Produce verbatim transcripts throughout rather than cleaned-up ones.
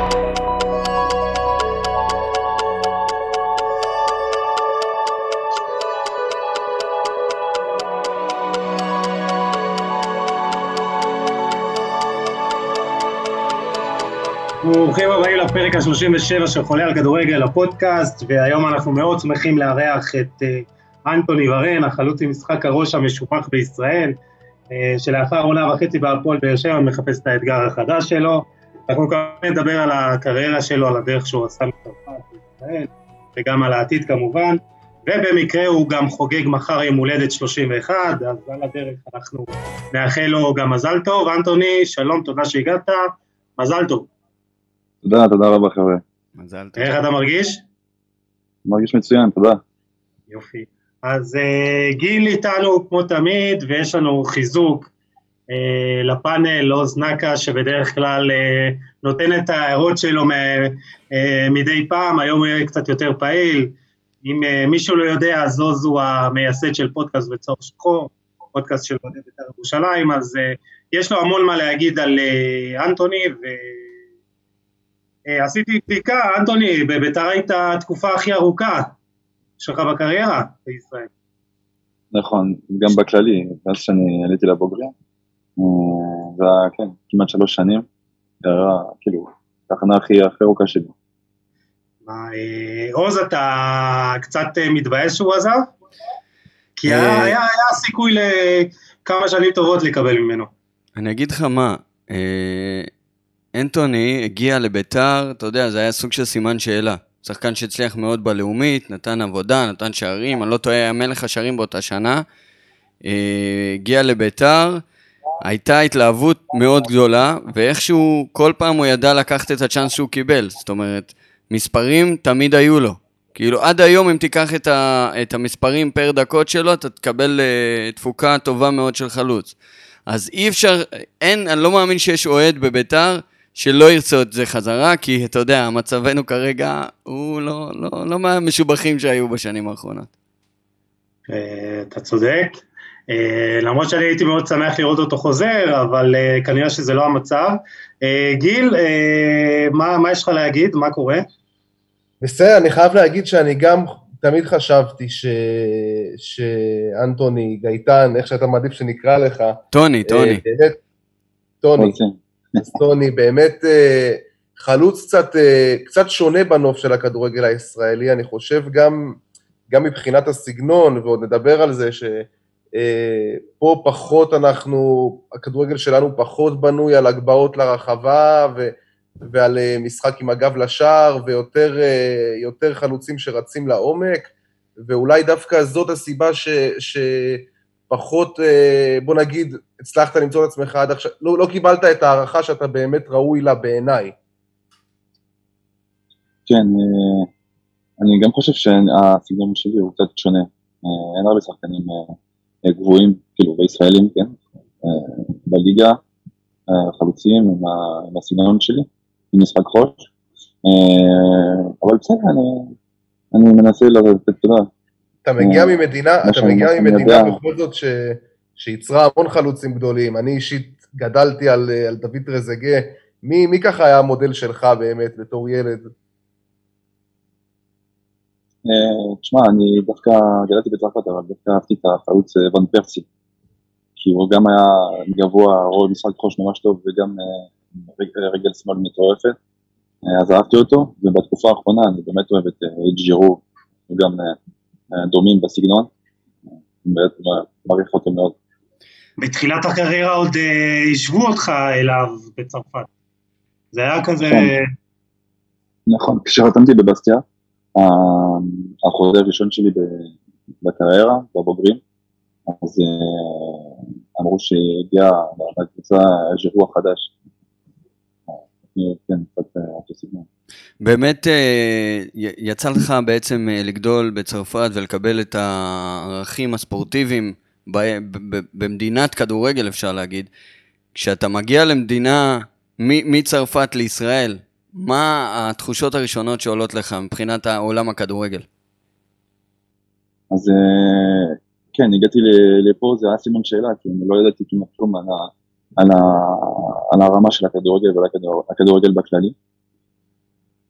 ברוכים הבאים לפרק ה-שלושים ושבע של חולה על כדורגל, הפודקאסט, והיום אנחנו מאוד שמחים לארח את uh, אנטוני ורן, החלוץ עם משחק הראש המשופח בישראל, uh, שלאחר עונה וחצי בהפועל באר שבע מחפש את האתגר החדש שלו. אנחנו כמובן נדבר על הקריירה שלו, על הדרך שהוא עשה בצרפת בישראל, וגם על העתיד כמובן, ובמקרה הוא גם חוגג מחר יום הולדת שלושים ואחת, אז על הדרך אנחנו נאחל לו גם מזל טוב. אנטוני, שלום, תודה שהגעת, מזל טוב. תודה, תודה רבה חבר'ה. מזל טוב. איך אתה מרגיש? מרגיש מצוין, תודה. יופי. אז uh, גיל איתנו כמו תמיד, ויש לנו חיזוק uh, לפאנל, עוז נקה, שבדרך כלל uh, נותן את ההערות שלו מ- uh, מדי פעם, היום הוא יהיה קצת יותר פעיל. אם uh, מישהו לא יודע, אז עוז הוא המייסד של פודקאסט בצהוב שחור, פודקאסט של אוהדי בית"ר ירושלים, אז uh, יש לו המון מה להגיד על uh, אנטוני, ו... עשיתי בדיקה, אנטוני, בבית"ר היית התקופה הכי ארוכה שלך בקריירה בישראל. נכון, גם בכללי, אז שאני עליתי לבוגרים, זה היה, כן, כמעט שלוש שנים, זה היה כאילו, תחנה הכי ארוכה שלי. עוז, אתה קצת מתבאס שהוא עזב? כי היה, היה סיכוי לכמה שנים טובות לקבל ממנו. אני אגיד לך מה, אנטוני הגיע לביתר, אתה יודע, זה היה סוג של סימן שאלה. שחקן שהצליח מאוד בלאומית, נתן עבודה, נתן שערים, אני לא טועה, היה מלך השערים באותה שנה. הגיע לביתר, הייתה התלהבות מאוד גדולה, ואיכשהו כל פעם הוא ידע לקחת את הצ'אנס שהוא קיבל. זאת אומרת, מספרים תמיד היו לו. כאילו עד היום אם תיקח את, ה, את המספרים פר דקות שלו, אתה תקבל uh, תפוקה טובה מאוד של חלוץ. אז אי אפשר, אין, אני לא מאמין שיש אוהד בביתר, שלא ירצה את זה חזרה, כי אתה יודע, מצבנו כרגע הוא לא, לא, לא מהמשובחים שהיו בשנים האחרונות. אתה צודק, למרות שאני הייתי מאוד שמח לראות אותו חוזר, אבל כנראה שזה לא המצב. גיל, מה, מה יש לך להגיד? מה קורה? בסדר, אני חייב להגיד שאני גם תמיד חשבתי ש... שאנטוני גייטן, איך שאתה מעדיף שנקרא לך. טוני, טוני. באמת, טוני. אז טוני באמת חלוץ קצת, קצת שונה בנוף של הכדורגל הישראלי, אני חושב גם, גם מבחינת הסגנון, ועוד נדבר על זה שפה פחות אנחנו, הכדורגל שלנו פחות בנוי על הגבהות לרחבה, ו, ועל משחק עם הגב לשער, ויותר יותר חלוצים שרצים לעומק, ואולי דווקא זאת הסיבה ש... ש פחות, בוא נגיד, הצלחת למצוא את עצמך עד עכשיו, לא, לא קיבלת את הערכה שאתה באמת ראוי לה בעיניי. כן, אני גם חושב שהסגנון שלי הוא קצת שונה. אין הרבה שחקנים גבוהים, כאילו, בישראלים, כן, בליגה, חלוצים עם הסגנון שלי, עם משחק חוש. אבל בסדר, אני, אני מנסה לתת תודה. אתה מגיע ממדינה, אתה מגיע ממדינה בכל זאת ש, שיצרה המון חלוצים גדולים. אני אישית גדלתי על, על דוד רזגה. מי, מי ככה היה המודל שלך באמת בתור ילד? תשמע, אני דווקא גדלתי בצרפת, אבל דווקא אהבתי את החלוץ ון פרסי. כי הוא גם היה גבוה, רול משחק חוש ממש טוב, וגם רגל שמאל מטורפת. אז אהבתי אותו, ובתקופה האחרונה אני באמת אוהב את ג'ירו, וגם דומים בסגנון, באמת מעריך אותו מאוד. בתחילת הקריירה עוד ישבו אותך אליו בצרפת, זה היה כזה... נכון, כשחתמתי בבסטיה, החוזה הראשון שלי בקריירה, בבוגרים, אז אמרו שהגיע לקבוצה ג'ירו החדש, כן, קצת אותו סגנון. באמת יצא לך בעצם לגדול בצרפת ולקבל את הערכים הספורטיביים במדינת כדורגל, אפשר להגיד. כשאתה מגיע למדינה מצרפת לישראל, מה התחושות הראשונות שעולות לך מבחינת העולם הכדורגל? אז כן, הגעתי לפה, זה היה סימן שאלה, כי אני לא ידעתי כמעט כלום על הרמה של הכדורגל והכדורגל בכללי.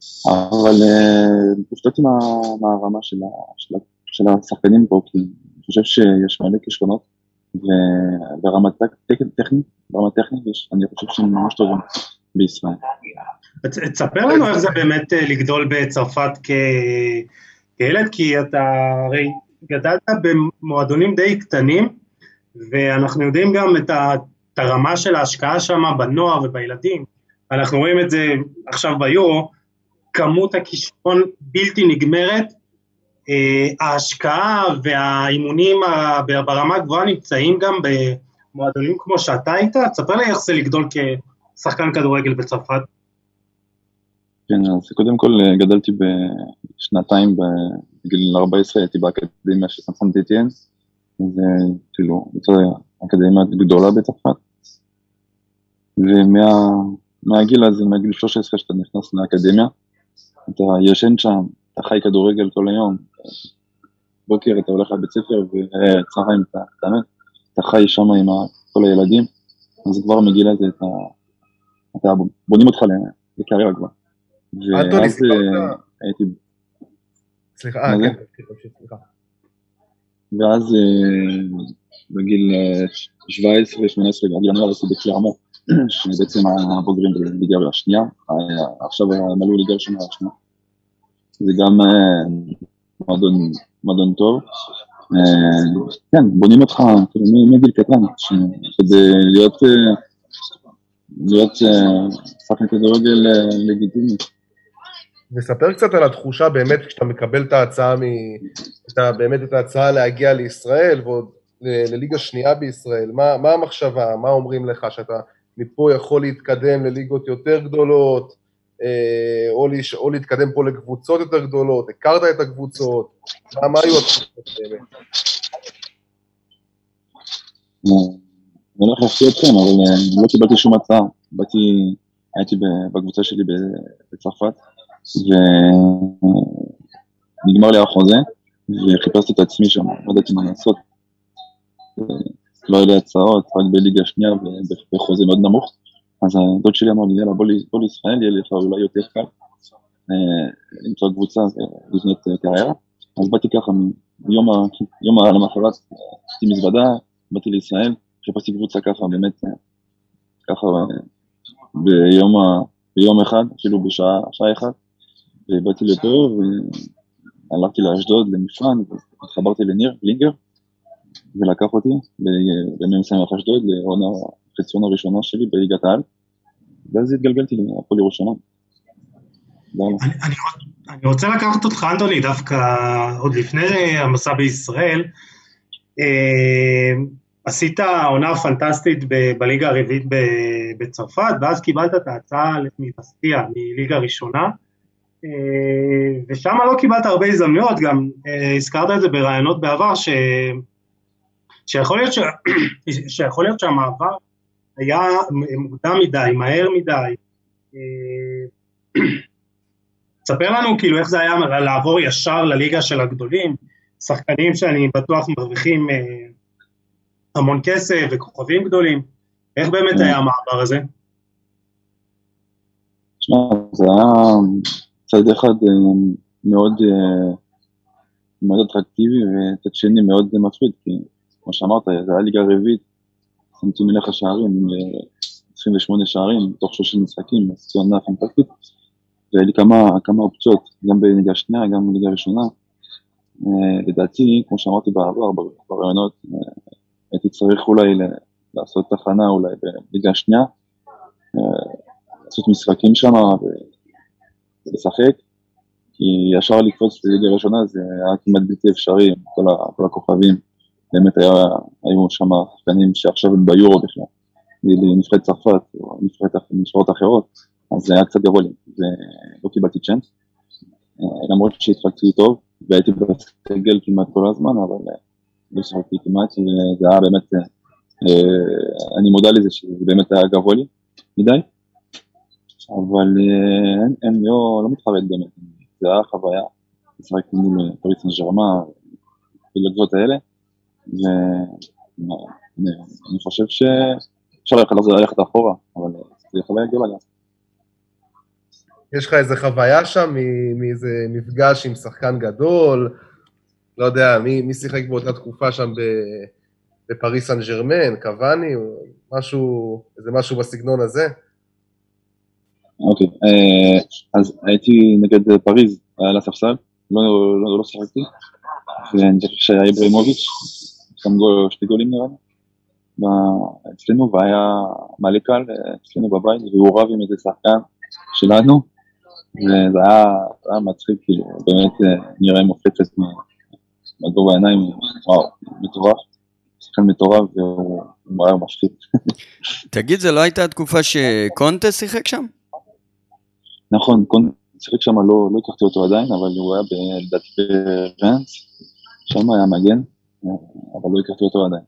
אבל הופתעתי מהרמה של השחקנים פה, כי אני חושב שיש מלא כישרונות, וברמה טכנית, ברמה טכנית אני חושב שהם ממש טובים בישראל. תספר לנו איך זה באמת לגדול בצרפת כילד, כי אתה הרי גדלת במועדונים די קטנים, ואנחנו יודעים גם את הרמה של ההשקעה שם בנוער ובילדים, אנחנו רואים את זה עכשיו ביורו, כמות הכישרון בלתי נגמרת, ההשקעה והאימונים ברמה גבוהה נמצאים גם במועדונים כמו שאתה היית, תספר לי איך זה לגדול כשחקן כדורגל בצרפת. כן, אז קודם כל גדלתי בשנתיים בגיל ארבע עשרה, הייתי באקדמיה של סן טיטיאן, זה כאילו, זו אקדמיה גדולה בצרפת, ומהגיל הזה, מהגיל שלוש עשרה שאתה נכנס לאקדמיה, אתה ישן שם, אתה חי כדורגל כל היום, בוקר אתה הולך לבית ספר וצהריים אתה תאמן, אתה חי שם עם כל הילדים, אז כבר מגיל הזה אתה בונים אותך לקריירה כבר. אנטוני, סיפרת? הייתי... סליחה, אה, כן, סליחה. ואז בגיל שבע עשרה שמונה עשרה, בגיל הנוער עשיתי בקלרמו, שבעצם הבוגרים בליגה השנייה, עכשיו מלאו ליגה ראשונה השנייה. זה גם מועדון טוב. כן, בונים אותך מגיל קטן, כדי להיות להיות שחקן כדורגל לגיטימי. וספר קצת על התחושה באמת כשאתה מקבל את ההצעה, באמת את ההצעה להגיע לישראל ועוד לליגה שנייה בישראל, מה, מה המחשבה, מה אומרים לך שאתה מפה יכול להתקדם לליגות יותר גדולות, או, להש... או להתקדם פה לקבוצות יותר גדולות, הכרת את הקבוצות, מה, מה היו התחושות באמת? אני לא יכול להפתיע אתכם, אבל לא קיבלתי שום הצעה, באתי, הייתי בקבוצה שלי בצרפת, ונגמר לי החוזה, וחיפשתי את עצמי שם, לא ידעתי מה לעשות, לא היה לי הצעות, רק בליגה שנייה ובחוזה מאוד נמוך, אז הדוד שלי אמר לי, יאללה, בוא לישראל, יהיה לך אולי יותר קל, למצוא קבוצה ולבנות קריירה, אז באתי ככה, יום למחרת, עשיתי מזוודה, באתי לישראל, חיפשתי קבוצה ככה, באמת, ככה, ביום, ביום אחד, אפילו בשעה, שעה אחת, ובאתי לפה, והלכתי לאשדוד, למפרן, והתחברתי לניר, לינגר, ולקח אותי, בימי מסיים אשדוד, לעונה החציון הראשונה שלי, בליגת העל, ואז התגלגלתי להפועל ירושלים. אני רוצה לקחת אותך, אנטוני, דווקא עוד לפני המסע בישראל, עשית עונה פנטסטית בליגה הרביעית בצרפת, ואז קיבלת את ההצעה מבסטיה, מליגה ראשונה, ושם לא קיבלת הרבה הזדמנויות, גם הזכרת את זה ברעיונות בעבר, ש... שיכול להיות, ש... שיכול להיות שהמעבר היה מוקדם מדי, מהר מדי. תספר לנו כאילו איך זה היה לעבור ישר לליגה של הגדולים, שחקנים שאני בטוח מרוויחים המון כסף וכוכבים גדולים, איך באמת היה המעבר הזה? תשמע, זה היה צד אחד מאוד, מאוד אטרקטיבי וצד שני מאוד מפחיד, כי כמו שאמרת, זה היה ליגה רביעית, שמתי מלך השערים, עשרים ושמונה שערים, תוך שלושים משחקים, ציונה פנטסטית, והיה לי כמה, כמה אופציות, גם בליגה שנייה, גם בליגה ראשונה. לדעתי, כמו שאמרתי בעבר, ברעיונות, הייתי צריך אולי לעשות תחנה אולי בליגה שנייה, לעשות משחקים שם ולשחק, כי ישר לקפוץ בליגה ראשונה זה היה כמעט בלתי אפשרי, כל, כל הכוכבים, באמת היה, היו שם שחקנים שעכשיו הם ביורו בכלל, לנבחרת צרפת או נבחרות אחרות, אז זה היה קצת גבוה לי, ולא קיבלתי צ'אנס, למרות שהתחלתי טוב, והייתי בסגל כמעט כל הזמן, אבל לא שחקתי כמעט, וזה היה באמת, אני מודע לזה שזה באמת היה גבוה לי מדי, אבל אין, אין, לא, לא מתחרט באמת, זה היה חוויה, שחקתי מול פריס סן ז'רמן, ולקבוצות האלה, ואני חושב שאפשר ללכת אחורה, אבל זה חוויה גדולה גם. יש לך איזה חוויה שם, מאיזה מפגש עם שחקן גדול, לא יודע, מי, מי שיחק באותה תקופה שם בפריס סן ז'רמן, קוואני, או משהו, איזה משהו בסגנון הזה? אוקיי, אז הייתי נגד פריז, על הספסל, לא, לא, לא שיחקתי, ואני חושב שהיה איברהימוביץ', שם שתי גולים נראה לי, אצלנו, והיה מלא קל אצלנו בבית, והוא רב עם איזה שחקן שלנו, וזה היה, היה מצחיק, כאילו, באמת נראה מופצת מגובה העיניים, וואו, מטורף, שחקן מטורף, והוא היה משחיק. תגיד, זה לא הייתה התקופה שקונטה שיחק שם? נכון, קונטה שיחק שם, לא, לא הכרתי אותו עדיין, אבל הוא היה בדעת ברנס, שם היה מגן, אבל לא הכרתי אותו עדיין.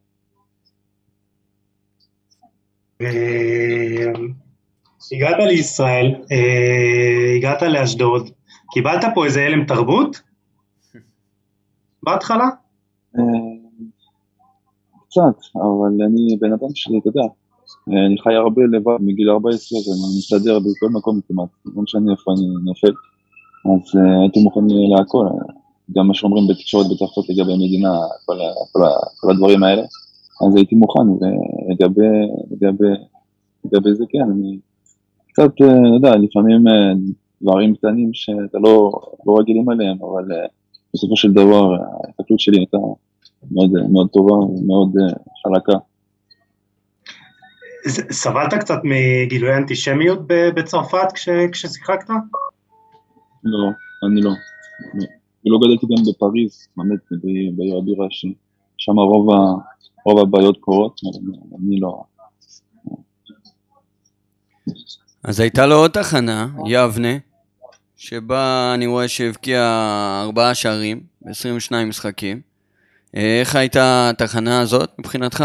הגעת לישראל, הגעת לאשדוד, קיבלת פה איזה אלם תרבות? בהתחלה? קצת, אבל אני בן אדם שלי, אתה יודע, אני חי הרבה לבד מגיל ארבע עשרה, ואני מסתדר בכל מקום כמעט, לא משנה איפה אני נופל, אז הייתי מוכן להכל, גם מה שאומרים בתקשורת בצרפת לגבי המדינה, כל, כל, כל הדברים האלה, אז הייתי מוכן, ולגבי, לגבי, לגבי זה כן, אני קצת, לא יודע, לפעמים דברים קטנים שאתה לא, לא רגילים עליהם, אבל בסופו של דבר, ההתקלות שלי הייתה מאוד, מאוד טובה ומאוד חלקה. סבלת קצת מגילוי אנטישמיות בצרפת כש, כששיחקת? לא, אני לא. ולא גדלתי גם בפריז, באמת, בעיר הבירה, ששם רוב, רוב הבעיות קורות, אני לא. אז הייתה לו עוד תחנה, יבנה, שבה אני רואה שהבקיע ארבעה שערים, ב-עשרים ושניים משחקים. איך הייתה התחנה הזאת מבחינתך?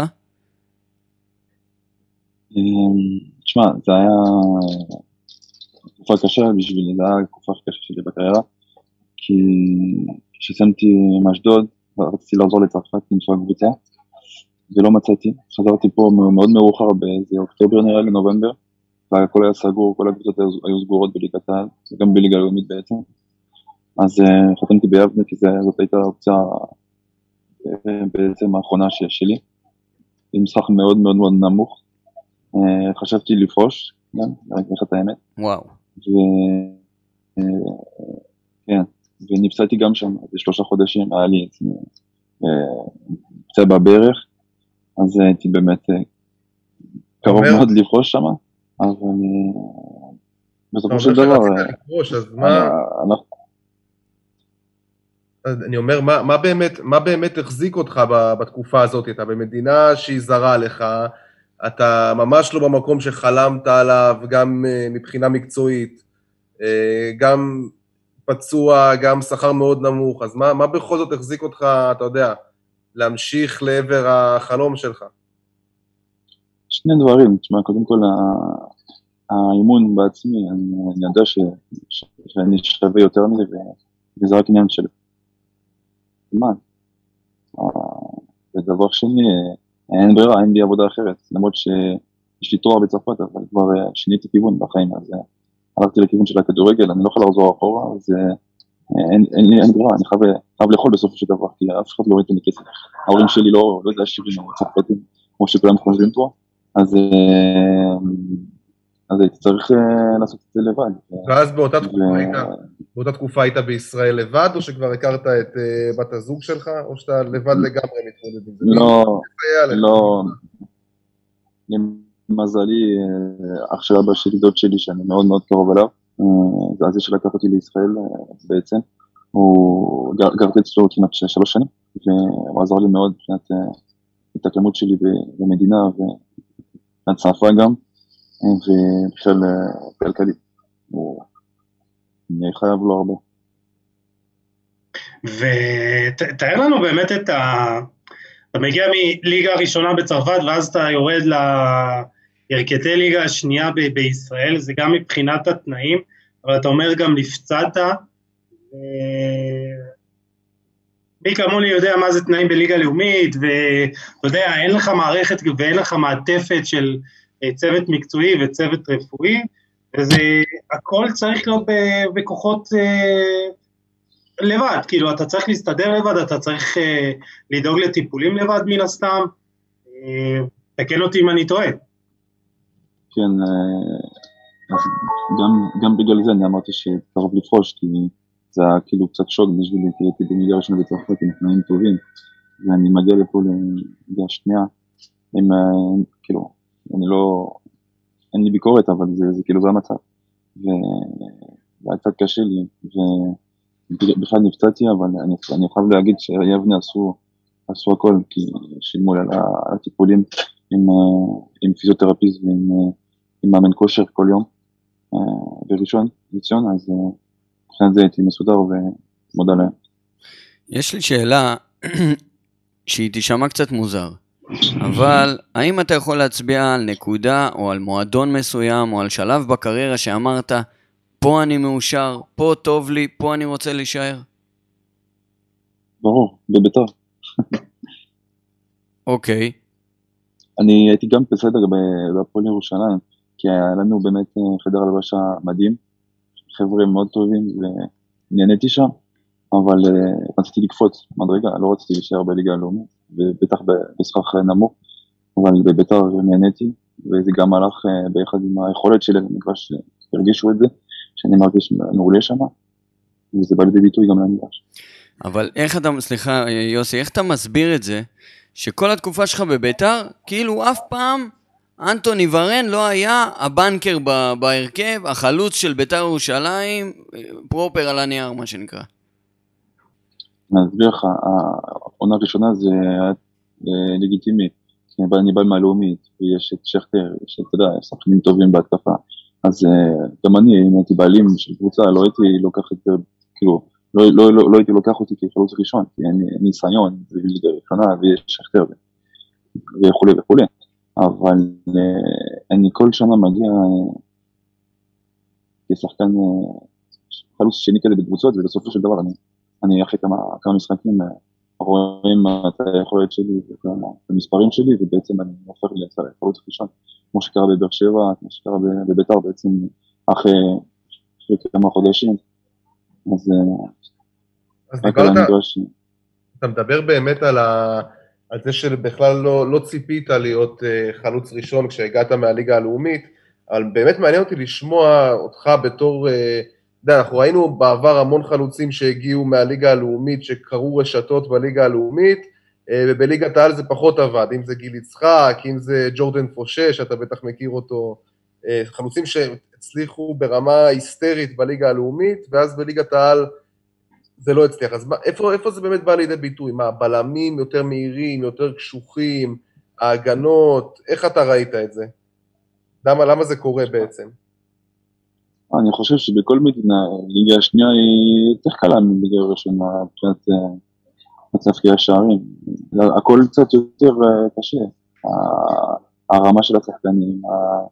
תשמע, זה היה תקופה קשה בשבילי, זה היה תקופה קשה שלי בקריירה, כי כשסיימתי מאשדוד, רציתי לעזור לצרפת למצוא קבוצה, ולא מצאתי. חזרתי פה מאוד מאוחר באיזה אוקטובר נראה לי, נובמבר, והכל היה סגור, כל הקבוצות היו סגורות בליגת העל, וגם בליגה לאומית בעצם. אז חתמתי ביבנה, כי זאת הייתה האופציה בעצם האחרונה שלי, עם משחק מאוד מאוד מאוד נמוך. חשבתי לפרוש, גם, רק לך את האמת. וואו. כן, ונפצעתי גם שם, זה שלושה חודשים, היה לי פצע בברך, אז הייתי באמת קרוב מאוד לפרוש שם, אבל בסופו של דבר... אני אומר, מה באמת, מה באמת החזיק אותך בתקופה הזאת? אתה במדינה שהיא זרה לך, אתה ממש לא במקום שחלמת עליו, גם מבחינה מקצועית, גם פצוע, גם שכר מאוד נמוך, אז מה, מה בכל זאת החזיק אותך, אתה יודע, להמשיך לעבר החלום שלך? שני דברים, תשמע, קודם כל, האימון בעצמי, אני יודע ש, ש, שאני שווה יותר מזה, וזה רק עניין של זמן. ודבר שני, אין ברירה, אין לי עבודה אחרת, למרות שיש לי תואר בצרפת, אבל כבר שיניתי כיוון בחיים, אז הלכתי לכיוון של הכדורגל, אני לא יכול לחזור אחורה, אז אין, אין לי, אין ברירה, אני חייב, חייב לאכול בסופו של דבר, כי אף אחד לא ראיתי מכסף. ההורים שלי לא, לא יודע שירים צרפתים, כמו שכולם חושבים פה, אז, אז הייתי צריך לעשות את זה לבד. ואז באותה תקופה היית, באותה תקופה היית בישראל לבד, או שכבר הכרת את בת הזוג שלך, או שאתה לבד לגמרי מתמודד עם זה? לא, לא, למזלי, אח של אבא שלי, דוד שלי, שאני מאוד מאוד קרוב אליו, אז זה שלקח אותי לישראל בעצם, הוא גרתי אצלו כמעט שלוש שנים, והוא עזר לי מאוד מבחינת התאקלמות שלי במדינה, ובחינת שפה גם, ובכלל כלכלית. אני חייב לו הרבה. ותאר לנו באמת את ה... אתה מגיע מליגה הראשונה בצרפת, ואז אתה יורד לירכתי ליגה השנייה ב- בישראל, זה גם מבחינת התנאים, אבל אתה אומר גם נפצעת, ו... מי כמוני יודע מה זה תנאים בליגה לאומית, ואתה יודע, אין לך מערכת ואין לך מעטפת של צוות מקצועי וצוות רפואי, וזה, הכל צריך להיות בכוחות לבד, כאילו אתה צריך להסתדר לבד, אתה צריך לדאוג לטיפולים לבד מן הסתם, תקן אותי אם אני טועה. כן, גם, גם בגלל זה אני אמרתי שתרוב לפרוש, כי זה היה כאילו קצת שוק בשבילי, כי הייתי במיליון ראשונה בצרפת עם תנאים טובים, ואני מגיע לפה לליגה השנייה, עם, כאילו, אני לא, אין לי ביקורת, אבל זה, זה כאילו זה המצב, והיה קצת קשה לי, ובכלל נפצעתי, אבל אני, אני חייב להגיד שיבנה עשו, עשו הכל, כי שילמו על הטיפולים עם, עם פיזיותרפיסט ועם עם מאמן כושר כל יום, בראשון, לציון, אז בכלל זה הייתי מסודר ומודה להם. יש לי שאלה שהיא תשמע קצת מוזר, אבל האם אתה יכול להצביע על נקודה או על מועדון מסוים או על שלב בקריירה שאמרת, פה אני מאושר, פה טוב לי, פה אני רוצה להישאר? ברור, בביתר. אוקיי. אני הייתי גם בסדר בהפועל ירושלים, כי היה לנו באמת חדר הלבשה מדהים, חבר'ה מאוד טובים ונהניתי שם, אבל רציתי לקפוץ מדרגה, לא רציתי להישאר בליגה הלאומית, ובטח בשכר נמוך, אבל בביתר נהניתי, וזה גם הלך ביחד עם היכולת שלי, למגרש שהרגישו את זה, שאני מרגיש מעולה שם, וזה בא לידי ביטוי גם למגרש. אבל איך אתה, סליחה יוסי, איך אתה מסביר את זה, שכל התקופה שלך בביתר, כאילו אף פעם אנטוני ורן לא היה הבנקר בהרכב, החלוץ של ביתר ירושלים, פרופר על הנייר, מה שנקרא. אני אסביר לך, העונה הראשונה זה היה לגיטימי, אני בא מהלאומית, ויש את שכטר, יש את, אתה יודע, שחקנים טובים בהתקפה, אז גם אני, אם הייתי בעלים של קבוצה, לא הייתי לוקח את זה, כאילו, לא, לא, לא, לא הייתי לוקח אותי כחלוץ ראשון, כי אני ניסיון, זה ליגה ראשונה, ויש שכטר, וכולי וכולי. אבל אני כל שנה מגיע כשחקן חלוץ שני כזה בקבוצות, ובסופו של דבר אני, אני אחרי כמה, כמה משחקים רואים את היכולת שלי ואת המספרים שלי, ובעצם אני הופך לחלוץ ראשון, כמו שקרה בבאר שבע, כמו שקרה בביתר בעצם אחרי, אחרי כמה חודשים. אז, אז דיברת, אתה מדבר באמת על ה... על זה שבכלל לא, לא ציפית להיות uh, חלוץ ראשון כשהגעת מהליגה הלאומית, אבל באמת מעניין אותי לשמוע אותך בתור, uh, יודע, אנחנו ראינו בעבר המון חלוצים שהגיעו מהליגה הלאומית, שקראו רשתות בליגה הלאומית, uh, ובליגת העל זה פחות עבד, אם זה גיל יצחק, אם זה ג'ורדן פושה, שאתה בטח מכיר אותו, uh, חלוצים שהצליחו ברמה היסטרית בליגה הלאומית, ואז בליגת העל, זה לא הצליח. אז מה, איפה, איפה זה באמת בא לידי ביטוי? מה, בלמים יותר מהירים, יותר קשוחים, ההגנות, איך אתה ראית את זה? למה, למה זה קורה בעצם? אני חושב שבכל מדינה, ליגה השנייה היא יותר קלה מליגה הראשונה, מבחינת מצב השערים. הכל קצת יותר קשה. הרמה של השחקנים,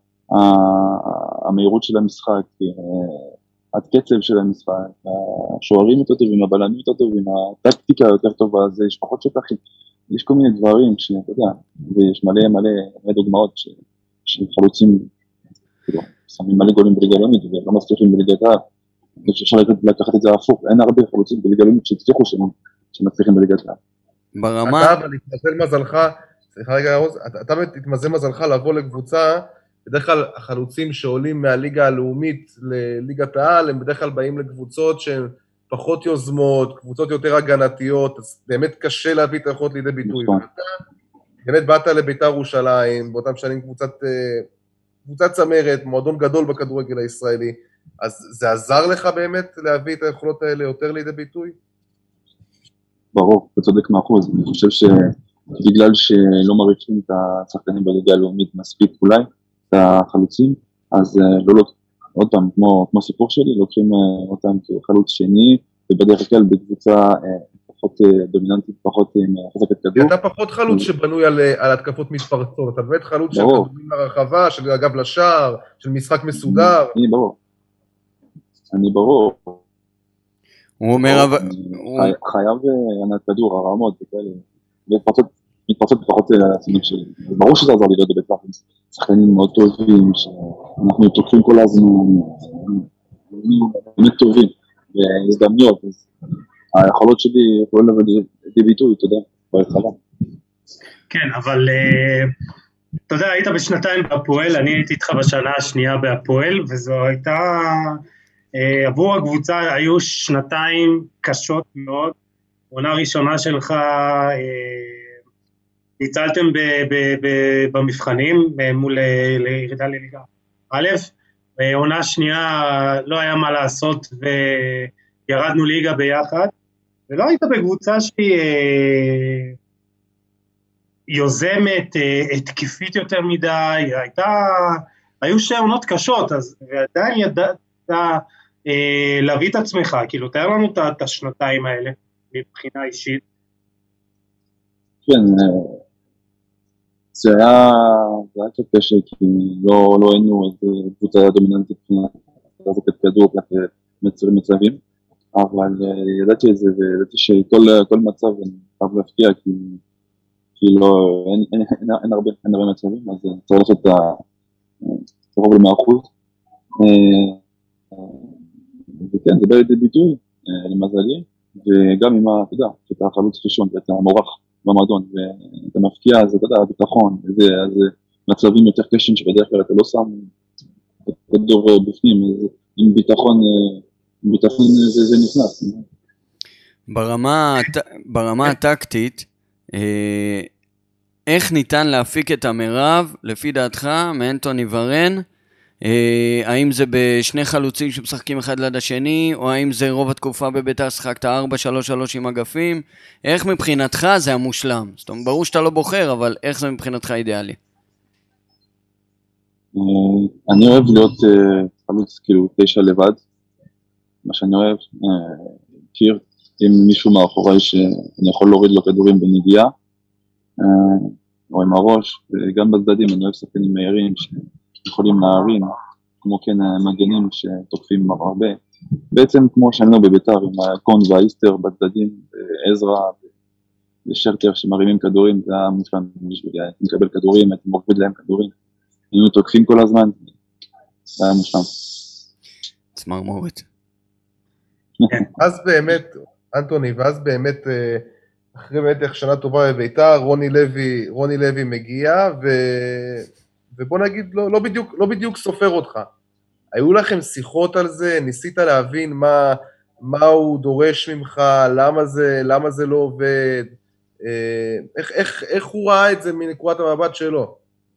המהירות של המשחק, הקצב של המשחק, השוערים יותר טובים, הבלמים יותר טובים, הטקטיקה יותר טובה, זה יש פחות שטחים, יש כל מיני דברים שאתה יודע, ויש מלא מלא דוגמאות שחלוצים, שמים מלא גולים בליגה הלאומית ולא מצליחים בליגת העל, אפשר לקחת את זה הפוך, אין הרבה חלוצים בליגה הלאומית שהצליחו שמצליחים בליגת העל. ברמה... אתה אבל התמזל מזלך, סליחה רגע רוז, אתה התמזל מזלך לבוא לקבוצה, בדרך כלל החלוצים שעולים מהליגה הלאומית לליגת העל, הם בדרך כלל באים לקבוצות שהן פחות יוזמות, קבוצות יותר הגנתיות, אז באמת קשה להביא את היכולות לידי ביטוי. ואתה באמת באת לביתר ירושלים, באותם שנים קבוצת, קבוצת צמרת, מועדון גדול בכדורגל הישראלי, אז זה עזר לך באמת להביא את היכולות האלה יותר לידי ביטוי? ברור, אתה צודק מאחוז, אני חושב שבגלל שלא מריחים את השחקנים בליגה הלאומית מספיק אולי, את החלוצים, אז לא לוקחים, עוד פעם, כמו, כמו סיפור שלי, לוקחים אותם כחלוץ שני, ובדרך כלל בקבוצה פחות דומיננטית, פחות חזקת כדור. אתה פחות חלוץ שבנוי על, על התקפות מתפרצות, אתה באמת חלוץ של כדורים לרחבה, של אגב לשער, של משחק מסודר. אני ברור. אני ברור. הוא אומר... חייב ענת כדור, הרמות וכאלה, לפרצות מתפרצות פחות לסינים שלי. ברור שזה עזר לי להיות בבית"ר, שחקנים מאוד טובים, שאנחנו תוקפים כל הזמן, באמת טובים, והזדמנויות, אז היכולות שלי יכולים לבוא לידי ביטוי, אתה יודע, בהתחלה. כן, אבל אתה יודע, היית בשנתיים בהפועל, אני הייתי איתך בשנה השנייה בהפועל, וזו הייתה, עבור הקבוצה היו שנתיים קשות מאוד, עונה ראשונה שלך, ניצלתם במבחנים מול לירידה לליגה א', ועונה שנייה לא היה מה לעשות וירדנו ליגה ביחד, ולא היית בקבוצה שהיא יוזמת, התקפית יותר מדי, הייתה, היו שתי עונות קשות, אז ועדיין ידעת להביא את עצמך, כאילו תאר לנו את השנתיים האלה מבחינה אישית. כן, זה היה, זה היה קצת קשה, כי לא, לא היינו איזה קבוצה דומיננטית, זה כדור, מצרים מצבים, אבל ידעתי את זה, וידעתי שכל מצב אני חייב להפתיע, כי, כי לא, אין, אין, אין, אין הרבה, אין הרבה מצבים, אז צריך לעשות את ה... קרוב ל-מאה אחוז. וכן, זה בא לידי ביטוי, למזלי, וגם עם ה, אתה יודע, שאתה חלוץ ראשון, ואתה מורח במועדון, ואתה מפקיע, אז אתה יודע, ביטחון, אז מצבים יותר קשים שבדרך כלל אתה לא שם כדור בפנים, עם ביטחון, עם ביטחון זה, זה נכנס. ברמה, ברמה הטקטית, איך ניתן להפיק את המרב, לפי דעתך, מאנטוני ורן, האם זה בשני חלוצים שמשחקים אחד ליד השני, או האם זה רוב התקופה בבית"ר שחקת ארבע שלוש שלוש עם אגפים? איך מבחינתך זה המושלם? זאת אומרת, ברור שאתה לא בוחר, אבל איך זה מבחינתך אידיאלי? אני אוהב להיות חלוץ כאילו תשע לבד, מה שאני אוהב, קיר עם מישהו מאחורי שאני יכול להוריד לו כדורים בנגיעה, או עם הראש, וגם בצדדים אני אוהב שחקנים מהירים שיכולים להרים, כמו כן מגנים שתוקפים הרבה, בעצם כמו שאני לא בבית"ר, עם הקון והאיסטר בצדדים, עזרא ושרקר שמרימים כדורים, זה היה מושלם בשבילי, הייתי מקבל כדורים, הייתי מוריד להם כדורים, היינו תוקפים כל הזמן, זה היה מושלם. צמרמורת. אז באמת, אנטוני, ואז באמת, אחרי באמת איך שנה טובה בבית"ר, רוני לוי, רוני לוי מגיע, ו... ובוא נגיד, לא, לא, בדיוק, לא בדיוק סופר אותך. היו לכם שיחות על זה? ניסית להבין מה, מה הוא דורש ממך, למה זה, למה זה לא עובד, איך, איך, איך הוא ראה את זה מנקודת המבט שלו?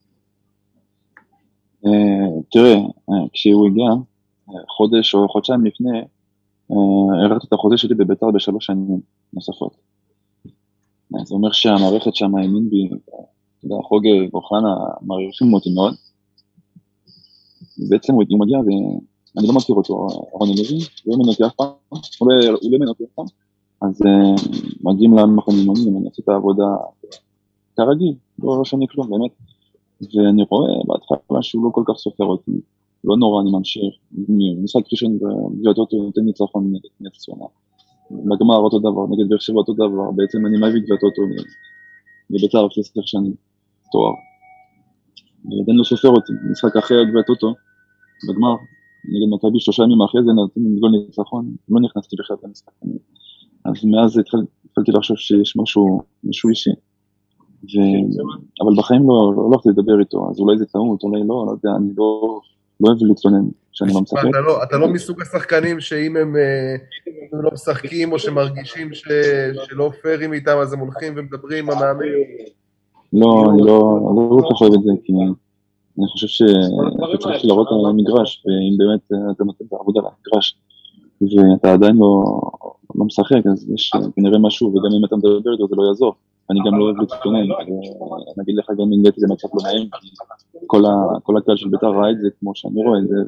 תראה, כשהוא הגיע, חודש או חודשיים לפני, הראיתי את החוזה שלי בבית"ר בשלוש שנים נוספות. זה אומר שהמערכת שם האמין בי, אתה יודע, חוגג, אוחנה, מעריכים אותי מאוד. בעצם הוא מגיע ואני לא מכיר אותו, רוני לוי, הוא לא מבין אותי אף פעם, הוא לא מבין אותי אף פעם. אז מגיעים למחנה אימונים, אני עושה את העבודה כרגיל, לא שני כלום, באמת. ואני רואה בהתחלה שהוא לא כל כך סופר אותי, לא נורא, אני ממשיך, משחק ראשון בגלל אותו נותן ניצחון נגד נס ציונה. בגמר אותו דבר, נגד באר שבע אותו דבר, בעצם אני מביא גביע אותו מבית"ר אחרי עשר שנים, תואר. ועדיין לא סופר אותי, משחק אחרי גביע אותו, בגמר, נגד מכבי שלושה ימים אחרי זה נותן גול ניצחון, לא נכנסתי בכלל למשחק. אז מאז התחלתי לחשוב שיש משהו, משהו אישי. ו... אבל בחיים לא, לא הולכתי לדבר איתו, אז אולי זה טעות, אולי לא, לא יודע, אני לא, לא אוהב להתלונן שאני לא משחק. אתה לא, אתה לא מסוג השחקנים שאם הם, הם לא משחקים או שמרגישים ש, שלא פיירים איתם, אז הם הולכים ומדברים עם המאמן? לא, אני לא, לא כל כך אוהב את זה, כי אני חושב שאתה צריך לראות על המגרש, ואם באמת אתה נותן את העבודה על המגרש, ואתה עדיין לא, לא משחק, אז יש כנראה משהו, וגם אם אתה מדבר איתו זה לא יעזור. אני גם לא אוהב להתכונן, נגיד לך גם אם הגעתי למצב לא נעים, כל הקהל של בית"ר ראה את זה כמו שאני רואה את זה,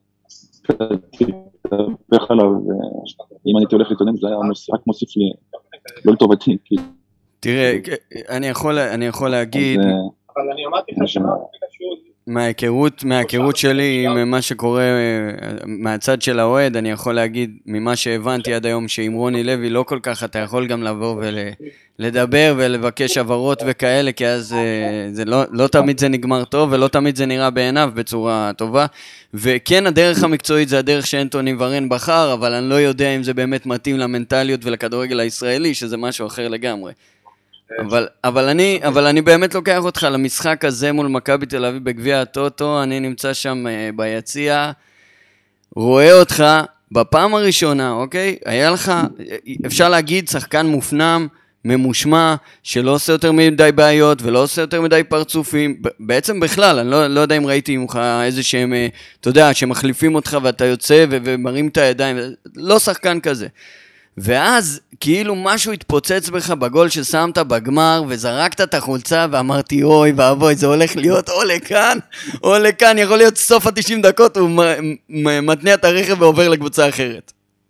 ותפך עליו, ואם אני הולך להתכונן זה היה רק מוסיף לי, לא לטובתי. תראה, אני יכול להגיד, מההיכרות, מההיכרות שלי עם מה שקורה מהצד של האוהד, אני יכול להגיד ממה שהבנתי עד היום שעם רוני לוי לא כל כך אתה יכול גם לבוא ולדבר ולבקש עברות וכאלה, כי אז זה לא, לא תמיד זה נגמר טוב ולא תמיד זה נראה בעיניו בצורה טובה. וכן, הדרך המקצועית זה הדרך שאנטוני ורן בחר, אבל אני לא יודע אם זה באמת מתאים למנטליות ולכדורגל הישראלי, שזה משהו אחר לגמרי. אבל, אבל, אני, אבל אני באמת לוקח אותך למשחק הזה מול מכבי תל אביב בגביע הטוטו, אני נמצא שם uh, ביציע, רואה אותך בפעם הראשונה, אוקיי? היה לך, אפשר להגיד, שחקן מופנם, ממושמע, שלא עושה יותר מדי בעיות ולא עושה יותר מדי פרצופים, בעצם בכלל, אני לא, לא יודע אם ראיתי ממך איזה שהם, אתה יודע, שמחליפים אותך ואתה יוצא ו- ומרים את הידיים, לא שחקן כזה. ואז כאילו משהו התפוצץ בך בגול ששמת בגמר וזרקת את החולצה ואמרתי אוי ואבוי זה הולך להיות או לכאן או לכאן, יכול להיות סוף ה-תשעים דקות הוא מתניע את הרכב ועובר לקבוצה אחרת.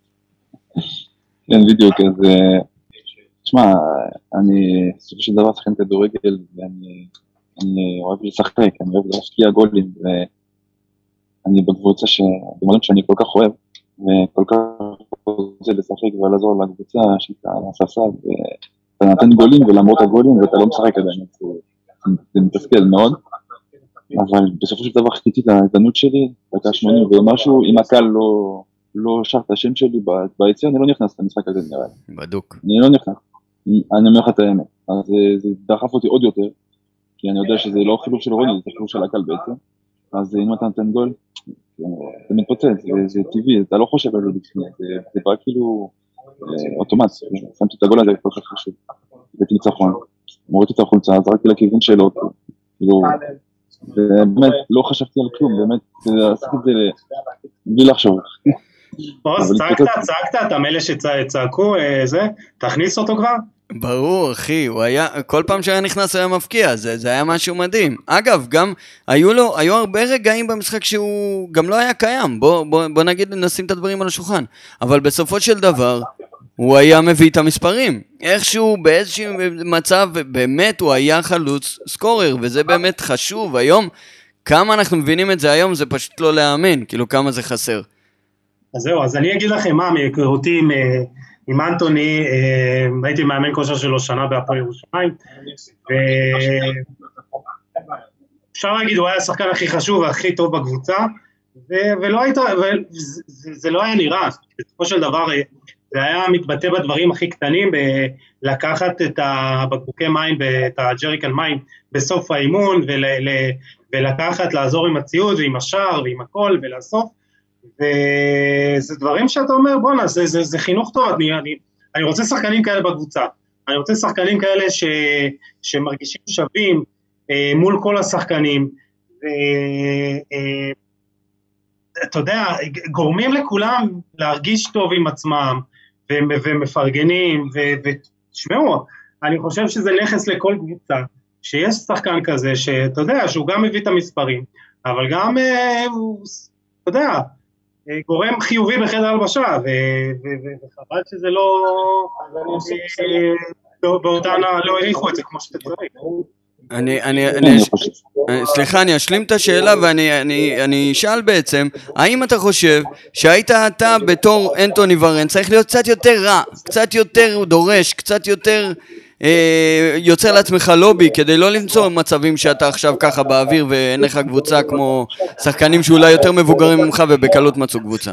כן בדיוק, אז תשמע, אני סופו של דבר שחקן כדורגל ואני אוהב לשחק, אני אוהב להשקיע גולים ואני בקבוצה שבמובן שאני כל כך אוהב וכל כך רוצה לשחק ולעזור לקבוצה שאתה הספסל ואתה נותן גולים ולמרות הגולים ואתה לא משחק עדיין, זה מתסכל מאוד, אבל בסופו של דבר חיכיתי את ההזדמנות שלי, דקה שמונים ומשהו, אם הקהל לא לא שר את השם שלי ביציע, אני לא נכנס למשחק הזה נראה לי. בדוק. אני לא נכנס, אני אומר לך את האמת, אז זה דחף אותי עוד יותר, כי אני יודע שזה לא חילוף של רוני, זה חילוף של הקהל בעצם, אז אם אתה נותן גול, זה מתפוצץ, זה טבעי, אתה לא חושב על זה בפני, זה בא כאילו אוטומט, שמתי את הגול הזה כל כך חשוב, הבאתי ניצחון, מוריתי את החולצה, זרקתי לכיוון שלו, כאילו, באמת לא חשבתי על כלום, באמת עשיתי את זה בלי לחשוב. בוס, צעקת, צעקת, אתה מאלה שצעקו, זה, תכניס אותו כבר? ברור אחי, הוא היה, כל פעם שהיה נכנס היה מפקיע, זה, זה היה משהו מדהים. אגב, גם היו לו, היו הרבה רגעים במשחק שהוא גם לא היה קיים, בוא, בוא, בוא נגיד נשים את הדברים על השולחן, אבל בסופו של דבר, הוא היה מביא את המספרים, איכשהו באיזשהו מצב, באמת הוא היה חלוץ סקורר, וזה באמת חשוב, היום, כמה אנחנו מבינים את זה היום, זה פשוט לא להאמין, כאילו כמה זה חסר. אז זהו, אז אני אגיד לכם מה, מהיכרותי עם, עם אנטוני, הייתי מאמן כושר שלו שנה בהפועל ירושלים, ואפשר להגיד, הוא היה השחקן הכי חשוב והכי טוב בקבוצה, ו- ולא היית, וזה, זה לא היה נראה, בסופו של דבר, זה היה מתבטא בדברים הכי קטנים, לקחת את הבקבוקי מים, את הג'ריקן מים בסוף האימון, ול- ולקחת, לעזור עם הציוד ועם השער ועם הכל, ולאסוף, וזה דברים שאתה אומר, בוא'נה, זה, זה, זה חינוך טוב, אני, אני, אני רוצה שחקנים כאלה בקבוצה, אני רוצה שחקנים כאלה ש, שמרגישים שווים אה, מול כל השחקנים, ואתה אה, יודע, גורמים לכולם להרגיש טוב עם עצמם, ו, ומפרגנים, ותשמעו, אני חושב שזה נכס לכל קבוצה, שיש שחקן כזה, שאתה יודע, שהוא גם מביא את המספרים, אבל גם אה, הוא, אתה יודע, גורם חיובי בחדר הלבשה, וחבל שזה לא, באותנה לא העריכו את זה כמו שאתה צריך. אני, אני, אני, סליחה, אני אשלים את השאלה ואני, אני, אני אשאל בעצם, האם אתה חושב שהיית אתה בתור אנטוני ורן צריך להיות קצת יותר רע, קצת יותר דורש, קצת יותר אה, יוצר לעצמך לובי, כדי לא למצוא מצבים שאתה עכשיו ככה באוויר ואין לך קבוצה כמו שחקנים שאולי יותר מבוגרים ממך ובקלות מצאו קבוצה?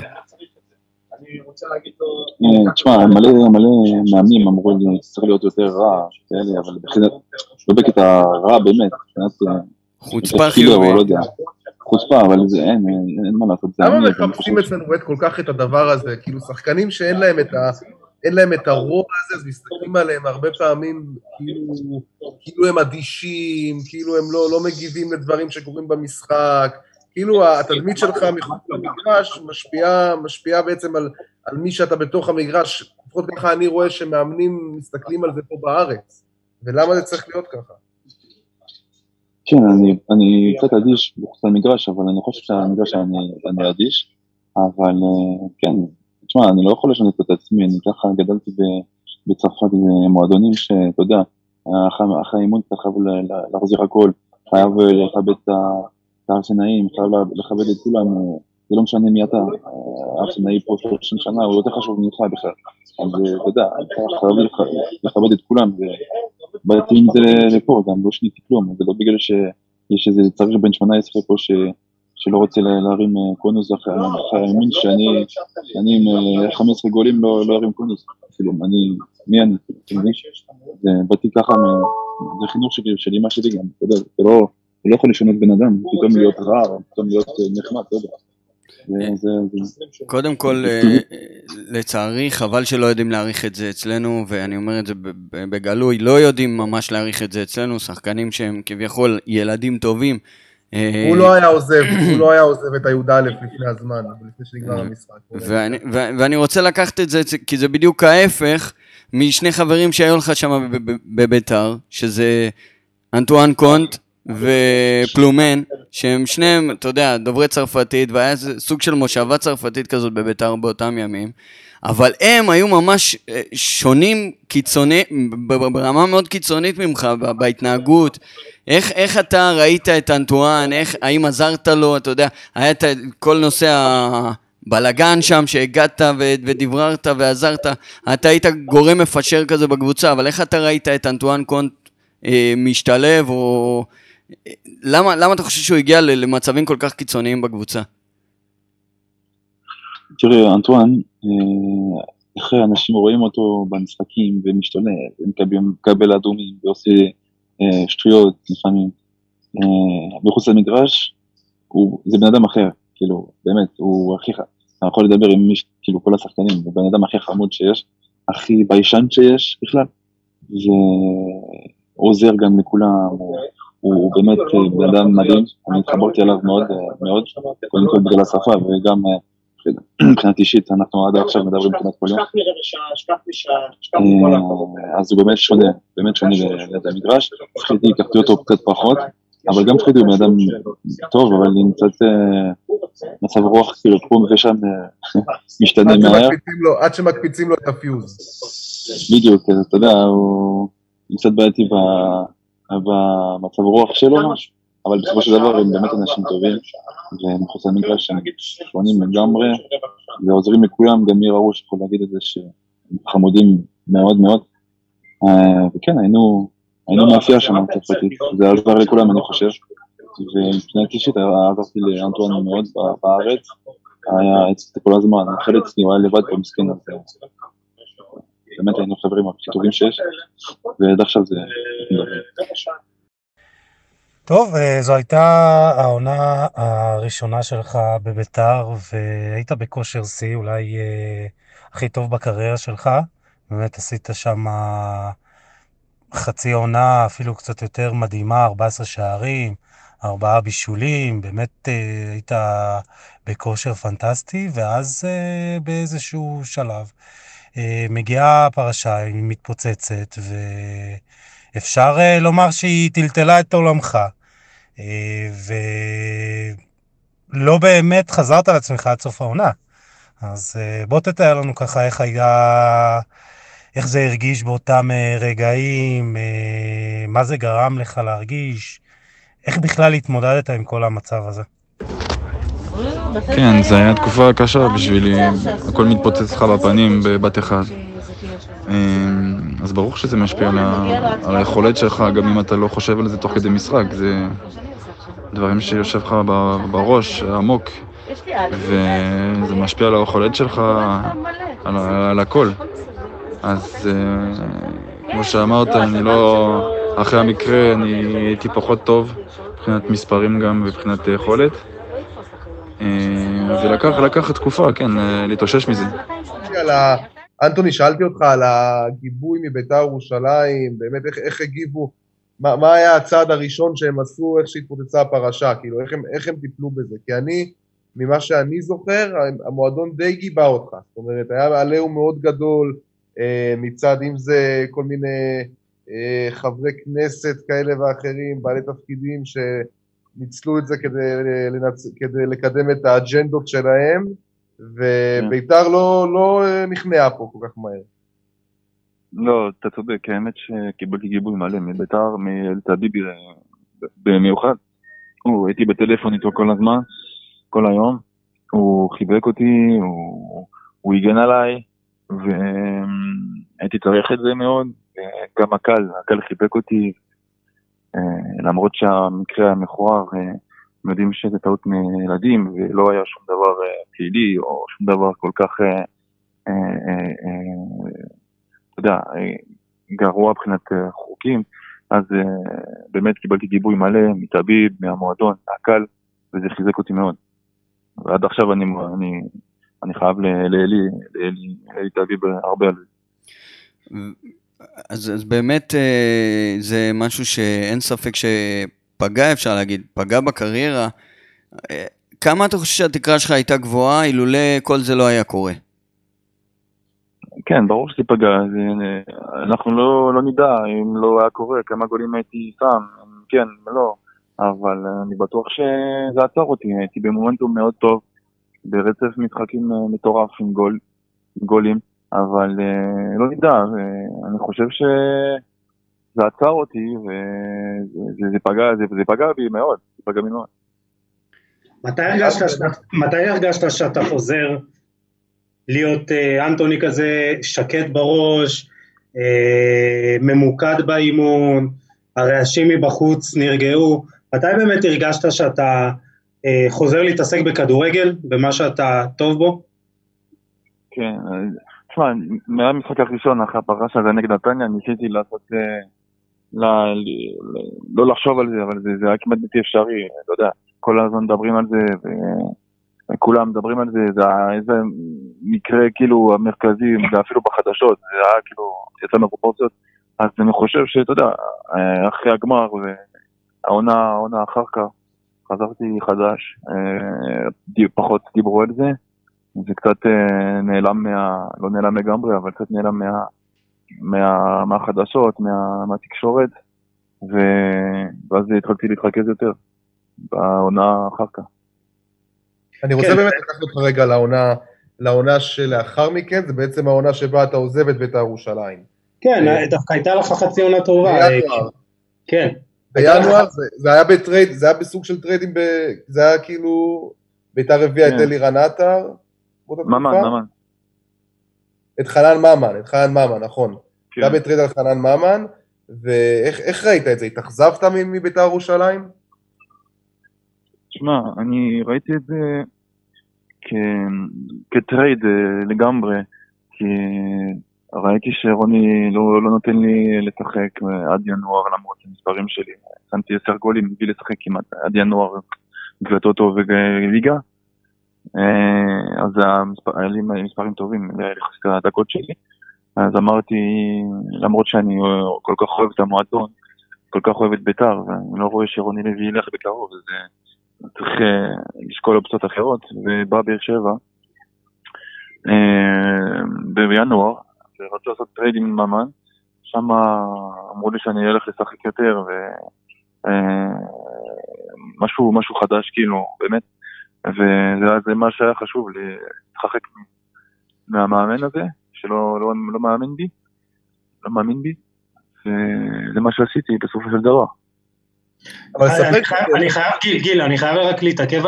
תשמע, מלא מלא מאמנים אמרו לי צריך להיות יותר רע, אבל לא בקטע רע באמת, חוצפה חיובי. חוצפה, אבל אין מה לעשות. למה מחפשים אצלנו כל כך את הדבר הזה, כאילו שחקנים שאין להם את ה... אין להם את הרוע הזה, אז מסתכלים עליהם הרבה פעמים, כאילו, כאילו הם אדישים, כאילו הם לא, לא מגיבים לדברים שקורים במשחק, כאילו התדמית שלך מחוץ למגרש משפיעה, משפיעה בעצם על, על מי שאתה בתוך המגרש, לפחות ככה אני רואה שמאמנים מסתכלים על זה פה בארץ, ולמה זה צריך להיות ככה? כן, אני, אני קצת אדיש בחוץ למגרש, אבל אני חושב שהמגרש אני, אני אדיש, אבל כן, תשמע, אני לא יכול לשנות את עצמי, אני ככה גדלתי בצרפת במועדונים שאתה יודע, אחרי האימון אתה חייב להחזיר הכל, חייב לכבד הארסנאים, חייב לכבד את כולם, זה לא משנה מי אתה, הארסנאי פה שלושים שנה, הוא יותר חשוב ממך בכלל, אז אתה יודע, אתה חייב לכבד את כולם, ובאתי עם זה לפה, גם לא שניתי כלום, זה לא בגלל שיש איזה צריך בן שמונה עשרה פה ש... שלא רוצה להרים קונוס אחרי הימין, שאני עם חמש עשרה גולים לא ארים קונוס, אפילו, אני, מי אני, באתי ככה, זה חינוך של אמא שלי גם, אתה יודע, זה לא יכול לשנות בן אדם, פתאום להיות רע, פתאום להיות נחמד, אתה יודע. קודם כל, לצערי, חבל שלא יודעים להעריך את זה אצלנו, ואני אומר את זה בגלוי, לא יודעים ממש להעריך את זה אצלנו, שחקנים שהם כביכול ילדים טובים. הוא לא היה עוזב, הוא לא היה עוזב את היהודה אלף לפני הזמן, לפני שנגמר המשחק. ואני רוצה לקחת את זה, כי זה בדיוק ההפך, משני חברים שהיו לך שם בביתר, שזה אנטואן קונט ופלומן, שהם שניהם, אתה יודע, דוברי צרפתית, והיה סוג של מושבה צרפתית כזאת בביתר באותם ימים, אבל הם היו ממש שונים קיצוני, ברמה מאוד קיצונית ממך, בהתנהגות. איך, איך אתה ראית את אנטואן, איך, האם עזרת לו, אתה יודע, היה את כל נושא הבלגן שם שהגעת ודבררת ועזרת, אתה היית גורם מפשר כזה בקבוצה, אבל איך אתה ראית את אנטואן קונט אה, משתלב, או למה, למה אתה חושב שהוא הגיע למצבים כל כך קיצוניים בקבוצה? תראה, אנטואן, אחרי אנשים רואים אותו במשחקים ומשתלב, ומקבל אדומים ועושה שטויות לפעמים, מחוץ למגרש, זה בן אדם אחר, כאילו, באמת, הוא הכי חד, אתה יכול לדבר עם מי, כאילו, כל השחקנים, הוא בן אדם הכי חמוד שיש, הכי ביישן שיש בכלל, ועוזר גם לכולם, הוא באמת בן אדם מדהים, אני התחברתי עליו מאוד, מאוד, קודם כל בגלל השפה, וגם מבחינת אישית, אנחנו עד עכשיו מדברים כמעט כל יום. אז הוא באמת שונה, באמת שונה ליד המגרש, תחיתי, לקחתי אותו קצת פחות, אבל גם תחיתי הוא בן אדם טוב, אבל עם קצת מצב רוח, כאילו פה ושם משתנה מהר. עד שמקפיצים לו את הפיוז. בדיוק, אתה יודע, הוא קצת בעייתי במצב רוח שלו, אבל בסופו של דבר הם באמת אנשים טובים, ומחוץ למגרש שהם שונים לגמרי, ועוזרים לכולם, גם מי ראו שיכול להגיד את זה שהם חמודים מאוד מאוד, וכן, היינו, היינו מאפייה שם צרפתית, זה עזר לכולם אני חושב, ומבחינת אישית עזרתי לאנטואן מאוד בארץ, היה אצלי כל הזמן, חלק אצלי, הוא היה לבד פה מסכן, באמת היינו חברים הכי טובים שיש, ועד עכשיו זה... טוב, זו הייתה העונה הראשונה שלך בביתר, והיית בכושר סי, אולי הכי טוב בקריירה שלך, באמת עשית שם חצי עונה, אפילו קצת יותר מדהימה, ארבעה עשר שערים, ארבעה בישולים, באמת היית בכושר פנטסטי, ואז באיזשהו שלב מגיעה הפרשה, היא מתפוצצת, ואפשר לומר שהיא טלטלה את עולמך, ולא באמת חזרת על עצמך עד סוף העונה. אז בוא תתאר לנו ככה איך היה, איך זה הרגיש באותם רגעים, מה זה גרם לך להרגיש, איך בכלל התמודדת עם כל המצב הזה? כן, זה היה תקופה קשה בשבילי, הכל מתפוצץ לך בפנים בבת אחד. אז ברור שזה משפיע על היכולת שלך, גם אם אתה לא חושב על זה תוך כדי משחק, זה דברים שיושב לך בראש עמוק, וזה משפיע על היכולת שלך, על, על הכל. אז כמו שאמרת, אני לא, אחרי המקרה אני הייתי פחות טוב, מבחינת מספרים גם ובבחינת יכולת. ולקח, לקח תקופה, כן, להתאושש מזה. אנטוני, שאלתי אותך על הגיבוי מביתר ירושלים, באמת איך, איך הגיבו, מה, מה היה הצעד הראשון שהם עשו, איך שהתפוצצה הפרשה, כאילו איך הם, איך הם טיפלו בזה, כי אני, ממה שאני זוכר, המועדון די גיבה אותך, זאת אומרת, היה עליהו מאוד גדול, מצד אם זה כל מיני חברי כנסת כאלה ואחרים, בעלי תפקידים שניצלו את זה כדי, לנצ... כדי לקדם את האג'נדות שלהם, וביתר לא, לא נכנעה פה כל כך מהר. לא, אתה צודק, האמת שקיבלתי גיבוי מלא מביתר, מאלטביבי במיוחד. הוא, הייתי בטלפון איתו כל הזמן, כל היום, הוא חיבק אותי, הוא, הוא הגן עליי, והייתי צריך את זה מאוד, גם הקל, הקל חיבק אותי, למרות שהמקרה היה מכוער, יודעים שזה טעות מילדים, ולא היה שום דבר פלילי, או שום דבר כל כך, אתה יודע, גרוע מבחינת חוקים, אז באמת קיבלתי גיבוי מלא, מתאביב, מהמועדון, מהקל, וזה חיזק אותי מאוד. ועד עכשיו אני, אני, אני חייב לאלי, לאלי, לאלי תאביב הרבה על זה. אז, אז באמת זה משהו שאין ספק שפגע, אפשר להגיד, פגע בקריירה. כמה אתה חושב שהתקרה שלך הייתה גבוהה, אילולא כל זה לא היה קורה? כן, ברור שזה פגע, אנחנו לא, לא נדע אם לא היה קורה, כמה גולים הייתי שם, כן, לא, אבל אני בטוח שזה עצר אותי, הייתי במומנטום מאוד טוב, ברצף משחקים מטורף עם גול, גולים, אבל לא נדע, אני חושב שזה עצר אותי, וזה זה פגע, זה, זה פגע בי מאוד, זה פגע בי מאוד. מתי הרגשת, מתי הרגשת שאתה חוזר להיות אה, אנטוני כזה שקט בראש, אה, ממוקד באימון, הרעשים מבחוץ נרגעו, מתי באמת הרגשת שאתה אה, חוזר להתעסק בכדורגל, במה שאתה טוב בו? כן, תשמע, מהמשחק הראשון אחרי הפרש הזה נגד נתניה, ניסיתי לעשות, אה, ל, ל, לא לחשוב על זה, אבל זה, זה היה כמעט בלתי אפשרי, לא יודע, כל הזמן מדברים על זה, ו... כולם מדברים על זה, זה איזה מקרה כאילו המרכזי, ואפילו בחדשות, זה היה כאילו יצא מפרופורציות, אז אני חושב שאתה יודע, אחרי הגמר והעונה, העונה אחר כך, חזרתי חדש, פחות דיברו על זה, זה קצת נעלם מה, לא נעלם לגמרי, אבל קצת נעלם מה, מה, מהחדשות, מה, מהתקשורת, ואז התחלתי להתרכז יותר בעונה אחר כך. אני רוצה באמת לקחת אותך רגע לעונה, לעונה שלאחר מכן, זה בעצם העונה שבה אתה עוזב את בית"ר ירושלים. כן, דווקא הייתה לך חצי עונה טובה. בינואר. כן. בינואר, זה היה בטרייד, זה היה בסוג של טריידים, זה היה כאילו, בית"ר הביאה את אלירן עטר. ממן, ממן. את חנן ממן, את חנן ממן, נכון. זה היה בטרייד על חנן ממן, ואיך ראית את זה? התאכזבת מבית"ר ירושלים? תשמע, אני ראיתי את זה כטרייד לגמרי, כי ראיתי שרוני לא, לא נותן לי לשחק עד ינואר למרות המספרים שלי. שמתי עשר גולים בלי לשחק כמעט עד ינואר גלטוטו וליגה, אז היה לי מספרים טובים לחסק הדקות שלי. אז אמרתי, למרות שאני כל כך אוהב את המועדון, כל כך אוהב את בית"ר, ואני לא רואה שרוני לוי ילך בקרוב, וזה צריך לשקול אופציות אחרות, ובא באר שבע בינואר, ורצו לעשות טרייד עם ממן, שם אמרו לי שאני אלך לשחק יותר, ומשהו משהו חדש כאילו, באמת, וזה מה שהיה חשוב, לשחק מהמאמן הזה, שלא לא, לא מאמין בי, לא מאמין בי, וזה מה שעשיתי בסופו של דבר. אני חייב, גיל, גיל, אני חייב רק להתעכב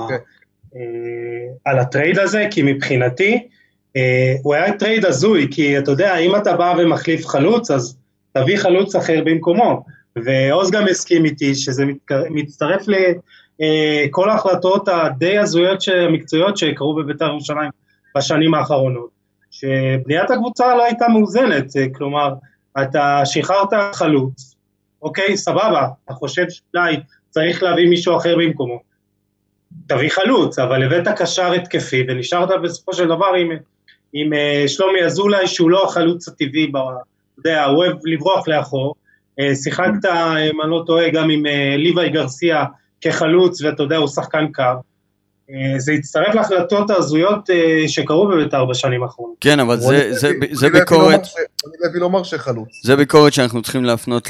על הטרייד הזה, כי מבחינתי, הוא היה טרייד הזוי, כי אתה יודע, אם אתה בא ומחליף חלוץ, אז תביא חלוץ אחר במקומו, ועוז גם הסכים איתי, שזה מצטרף לכל ההחלטות הדי הזויות המקצועיות שקרו בבית"ר ירושלים בשנים האחרונות, שבניית הקבוצה לא הייתה מאוזנת, כלומר, אתה שחררת חלוץ, אוקיי, סבבה, אתה חושב שאולי צריך להביא מישהו אחר במקומו, תביא חלוץ, אבל הבאת קשר התקפי, ונשארת בסופו של דבר עם, עם שלומי אזולאי, שהוא לא החלוץ הטבעי, אתה יודע, הוא אוהב לברוח לאחור, שיחקת, אם אני לא טועה, גם עם ליוואי גרסיה כחלוץ, ואתה יודע, הוא שחקן קו, זה הצטרף להחלטות ההזויות שקרו בבית"ר בשנים האחרונות. כן, אבל זה ביקורת... אני לוי לומר שחלוץ. זה ביקורת שאנחנו צריכים להפנות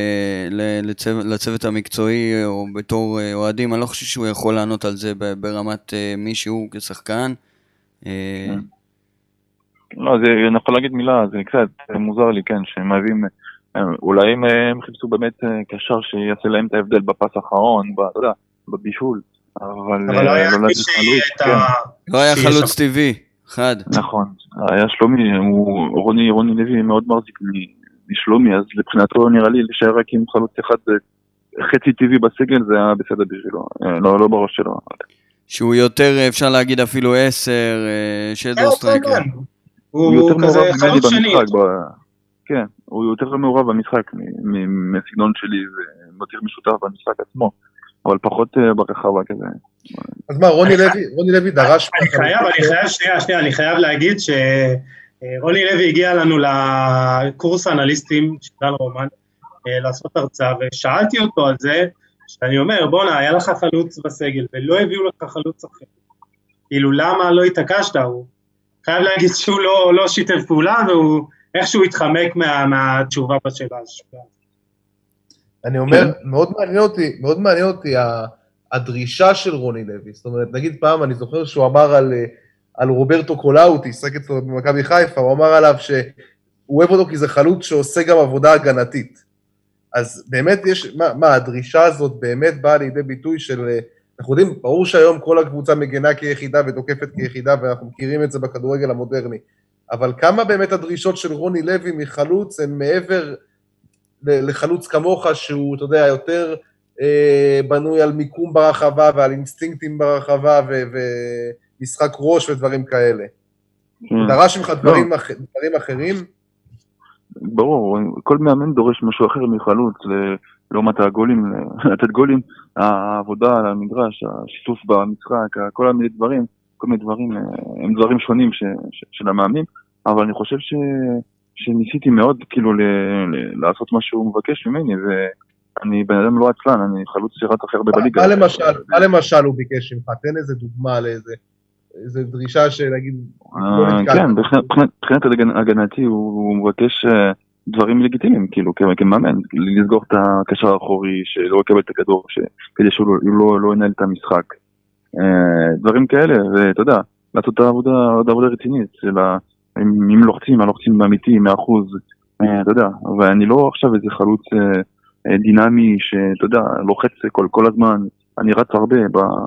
לצוות המקצועי, או בתור אוהדים, אני לא חושב שהוא יכול לענות על זה ברמת מישהו כשחקן. לא, אני יכול להגיד מילה, זה קצת מוזר לי, כן, שהם אוהבים, אולי הם חיפשו באמת קשר שיעשה להם את ההבדל בפס האחרון, אתה יודע, בבישול, אבל אבל לא היה לא מי להביא חלוץ, שאת ה... לא היה חלוץ טבעי, חד. נכון, היה שלומי, הוא, רוני, רוני לוי מאוד מחזיק משלומי, אז לבחינתו נראה לי להישאר רק עם חלוץ אחד חצי טבעי בסגל, זה היה בסדר בשבילו, לא, לא בראש שלו. שהוא יותר, אפשר להגיד אפילו עשר, שדו סטרייקר. הוא יותר מעורב ממני במשחק, כן, הוא יותר מעורב במשחק מסגנון שלי, ומותיר משותף במשחק עצמו, אבל פחות ברחבה כזה. אז מה, רוני לוי, רוני לוי דרש... אני חייב, אני חייב, שנייה, שנייה, אני חייב להגיד שרוני לוי הגיע לנו לקורס האנליסטים של דן רומן, לעשות הרצאה, ושאלתי אותו על זה, שאני אומר, בונה, היה לך חלוץ בסגל, ולא הביאו לך חלוץ אחר. כאילו, למה לא התעקשת? הוא חייב להגיד שהוא לא, לא שיתף פעולה, והוא איכשהו התחמק מה, מהתשובה בשאלה. אני אומר, מאוד מעניין אותי, מאוד מעניין אותי הדרישה של רוני לוי. זאת אומרת, נגיד פעם, אני זוכר שהוא אמר על, על רוברטו קולאוטי, שחק אצלו במכבי חיפה, הוא אמר עליו שהוא אוהב אותו כי זה חלוץ שעושה גם עבודה הגנתית. אז באמת יש, מה, מה, הדרישה הזאת באמת באה לידי ביטוי של, אנחנו יודעים, ברור שהיום כל הקבוצה מגנה כיחידה ותוקפת כיחידה, ואנחנו מכירים את זה בכדורגל המודרני, אבל כמה באמת הדרישות של רוני לוי מחלוץ הן מעבר לחלוץ כמוך, שהוא, אתה יודע, יותר אה, בנוי על מיקום ברחבה ועל אינסטינקטים ברחבה ו, ומשחק ראש ודברים כאלה. דרש ממך דברים, אח, דברים אחרים? ברור, כל מאמן דורש משהו אחר מחלוץ, לעומת הגולים, לתת גולים, העבודה על המגרש, השיתוף במשחק, כל מיני דברים, כל מיני דברים, הם דברים שונים ש, ש, של המאמנים, אבל אני חושב ש, שניסיתי מאוד כאילו ל, ל, לעשות מה שהוא מבקש ממני, ואני בן אדם לא עצלן, אני חלוץ שרץ אחר בליגה. מה למשל, מה למשל הוא ביקש ממך? תן איזה דוגמה לאיזה... איזו דרישה שנגיד... כן, מבחינת הגנתי הוא מבקש דברים לגיטימיים, כאילו, כמאמן, לסגור את הקשר האחורי, שלא יקבל את הכדור, כדי שהוא לא ינהל את המשחק. דברים כאלה, ואתה יודע, לעשות את העבודה רצינית, אם לוחצים, הלוחצים אמיתי, מאה אחוז, אתה יודע, ואני לא עכשיו איזה חלוץ דינמי, שאתה יודע, לוחץ כל הזמן, אני רץ הרבה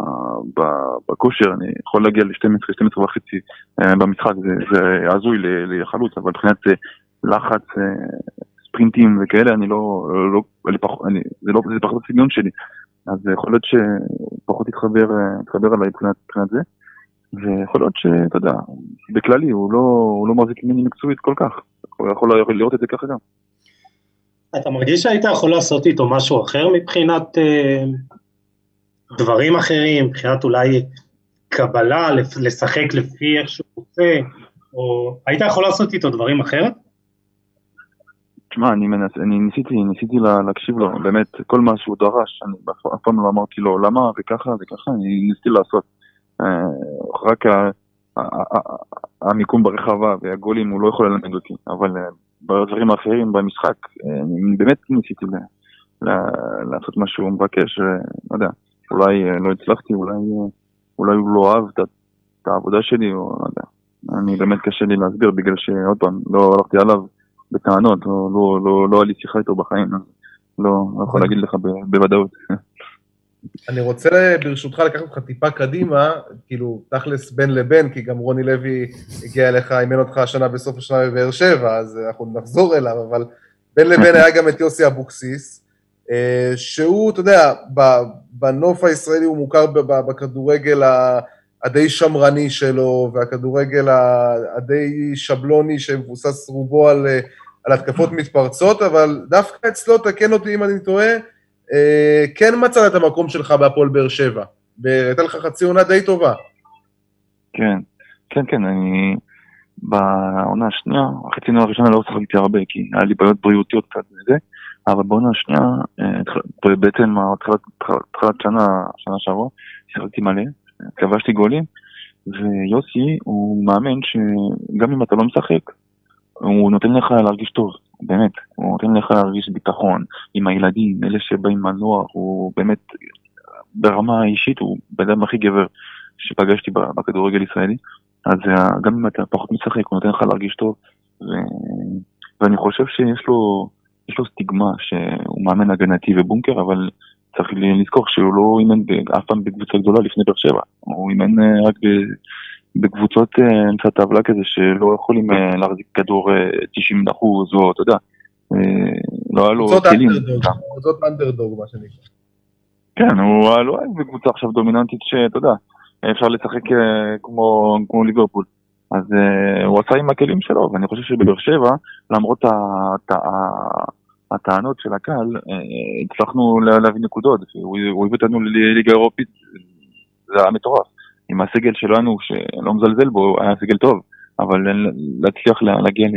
בכושר, אני יכול להגיע ל-שתים עשרה שתים עשרה וחצי במשחק, זה עזוי לחלוץ, אבל מבחינת לחץ, ספרינטים וכאלה, אני לא, זה פחות סגנון שלי, אז יכול להיות שפחות יתחבר עליי מבחינת זה, ויכול להיות שאתה יודע, בכללי הוא לא מחזיק ממני מקצועית כל כך, הוא יכול לראות את זה ככה גם. אתה מרגיש שהיית יכול לעשות איתו משהו אחר מבחינת... דברים אחרים, מבחינת אולי קבלה, לשחק לפי איך שהוא רוצה, או היית יכול לעשות איתו דברים אחרת? תשמע, אני, מנס, אני ניסיתי, ניסיתי להקשיב לו, באמת, כל מה שהוא דרש, אני אף פעם לא אמרתי לו, למה וככה וככה, אני ניסיתי לעשות. רק המיקום ברחבה והגולים הוא לא יכול ללמד אותי, אבל בדברים האחרים במשחק, אני באמת ניסיתי לעשות מה שהוא מבקש, לא יודע. אולי לא הצלחתי, אולי, אולי הוא לא אהב את, את העבודה שלי, או לא יודע. אני באמת קשה לי להסביר, בגלל שעוד פעם, לא הלכתי עליו בטענות, או לא, לא, לא היה לי שיחה איתו בחיים, לא, לא יכול להגיד לך בוודאות. אני רוצה ברשותך לקחת אותך טיפה קדימה, כאילו תכלס בין לבין, כי גם רוני לוי הגיע אליך, אימן אותך השנה בסוף השנה בבאר שבע, אז אנחנו נחזור אליו, אבל בין לבין היה גם את יוסי אבוקסיס, שהוא, אתה יודע, בנוף הישראלי הוא מוכר בכדורגל הדי שמרני שלו, והכדורגל הדי שבלוני שמבוסס רובו על, על התקפות מתפרצות, אבל דווקא אצלו, תקן אותי אם אני טועה, כן מצאת את המקום שלך בהפועל באר שבע, והייתה לך חצי עונה די טובה. כן, כן, כן, אני בעונה השנייה, החצי עונה הראשונה לא שחקתי הרבה, כי היה לי בעיות בריאותיות קצת וזה, אבל בעונה השנייה, בעצם התחלת שנה, שנה שעברה, שיחקתי מלא, כבשתי גולים, ויוסי הוא מאמן שגם אם אתה לא משחק, הוא נותן לך להרגיש טוב, באמת, הוא נותן לך להרגיש ביטחון עם הילדים, אלה שבאים מהנוער, הוא באמת, ברמה האישית, הוא בדם הכי גבר שפגשתי בכדורגל ישראלי, אז גם אם אתה פחות משחק, הוא נותן לך להרגיש טוב, ואני חושב שיש לו, יש לו סטיגמה שהוא מאמן הגנתי ובונקר, אבל צריך לזכור שהוא לא אימן אף פעם בקבוצה גדולה לפני באר שבע, הוא אימן רק בקבוצות אמצע טבלה כזה שלא יכולים להחזיק כדור תשעים אחוז או אתה יודע, לא היה לו כלים. קבוצות אנדרדוג מה שנקרא. כן, הוא לא היה בקבוצה עכשיו דומיננטית שאתה יודע, אפשר לשחק כמו, כמו ליברפול. אז הוא עשה עם הכלים שלו, ואני חושב שבבאר שבע, למרות הטענות של הקהל, הצלחנו להביא נקודות, הוא הביא אותנו לליגה אירופית, זה היה מטורף. עם הסגל שלנו, שלא מזלזל בו, היה סגל טוב, אבל להצליח להגיע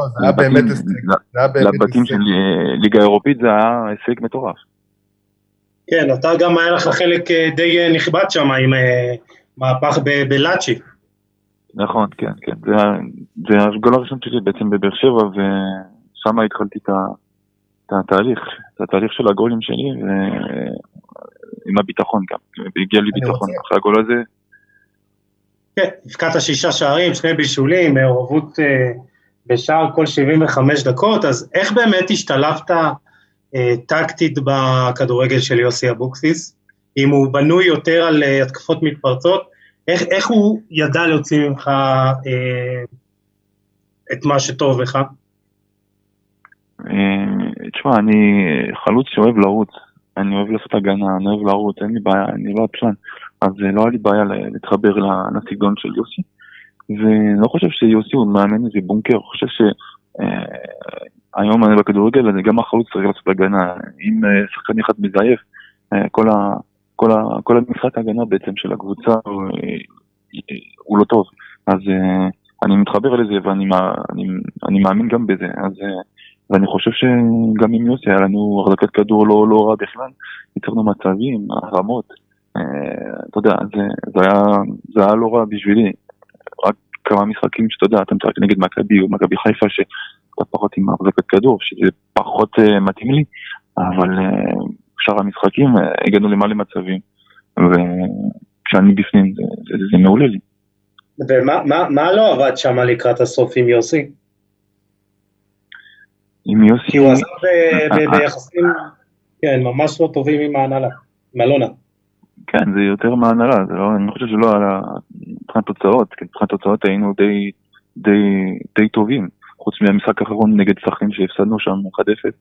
לבתים של ליגה אירופית, זה היה הישג מטורף. כן, אתה גם היה לך חלק די נכבד שם, עם מהפך בלאצ'י. נכון, כן, כן. זה הגול הראשון שלי בעצם בבאר שבע, ושם התחלתי את התהליך, את התהליך של הגולים שלי, ועם הביטחון גם. והגיע לי ביטחון אחרי הגול הזה. כן, הפקעת שישה שערים, שני בישולים, מעורבות בשער כל שבעים וחמש דקות, אז איך באמת השתלבת טקטית בכדורגל של יוסי אבוקסיס? אם הוא בנוי יותר על התקפות מתפרצות, איך, איך הוא ידע להוציא ממך אה, את מה שטוב לך? תשמע, אני חלוץ שאוהב לרוץ, אני אוהב לעשות הגנה, אני אוהב לרוץ, אין לי בעיה, אני לא עצלן, אז לא היה לי בעיה להתחבר לסגנון של יוסי, ואני לא חושב שיוסי הוא מאמן איזה בונקר, אני חושב שהיום אני בכדורגל, אני גם החלוץ צריך לעשות הגנה, אם שחקן אחד מזייף, כל ה... כל, ה, כל המשחק ההגנה בעצם של הקבוצה הוא, הוא לא טוב, אז uh, אני מתחבר לזה ואני אני, אני מאמין גם בזה, אז, uh, ואני חושב שגם עם יוסי היה לנו החזקת כדור לא, לא רע בכלל, יצרנו מצבים, הרמות, uh, אתה יודע, זה, זה, היה, זה היה לא רע בשבילי, רק כמה משחקים שאתה יודע, אתה משחק נגד מכבי או מכבי חיפה שאתה פחות עם החזקת כדור, שזה פחות uh, מתאים לי, אבל... Uh, שאר המשחקים, הגענו למעלה מצבים, וכשאני בפנים, זה, זה, זה מעולה לי. ומה מה, מה לא עבד שם לקראת הסוף עם יוסי? עם יוסי... כי הוא עזב ביחסים, כן, ממש לא טובים עם ההנהלה, עם אלונה. כן, זה יותר מההנהלה, זה לא, אני חושב שלא על מבחינת תוצאות, כי מבחינת תוצאות היינו די, די, די טובים, חוץ מהמשחק האחרון נגד שחקנים שהפסדנו שם אחד אפס,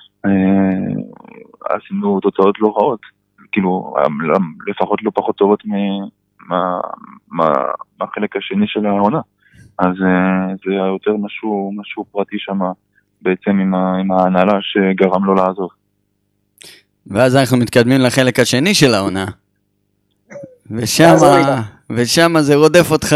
עשינו תוצאות לא רעות, כאילו לפחות לא פחות טובות מהחלק השני של העונה, אז זה היה יותר משהו, משהו פרטי שם בעצם עם ההנהלה שגרם לו לעזוב. ואז אנחנו מתקדמים לחלק השני של העונה, ושם, ושם זה רודף אותך,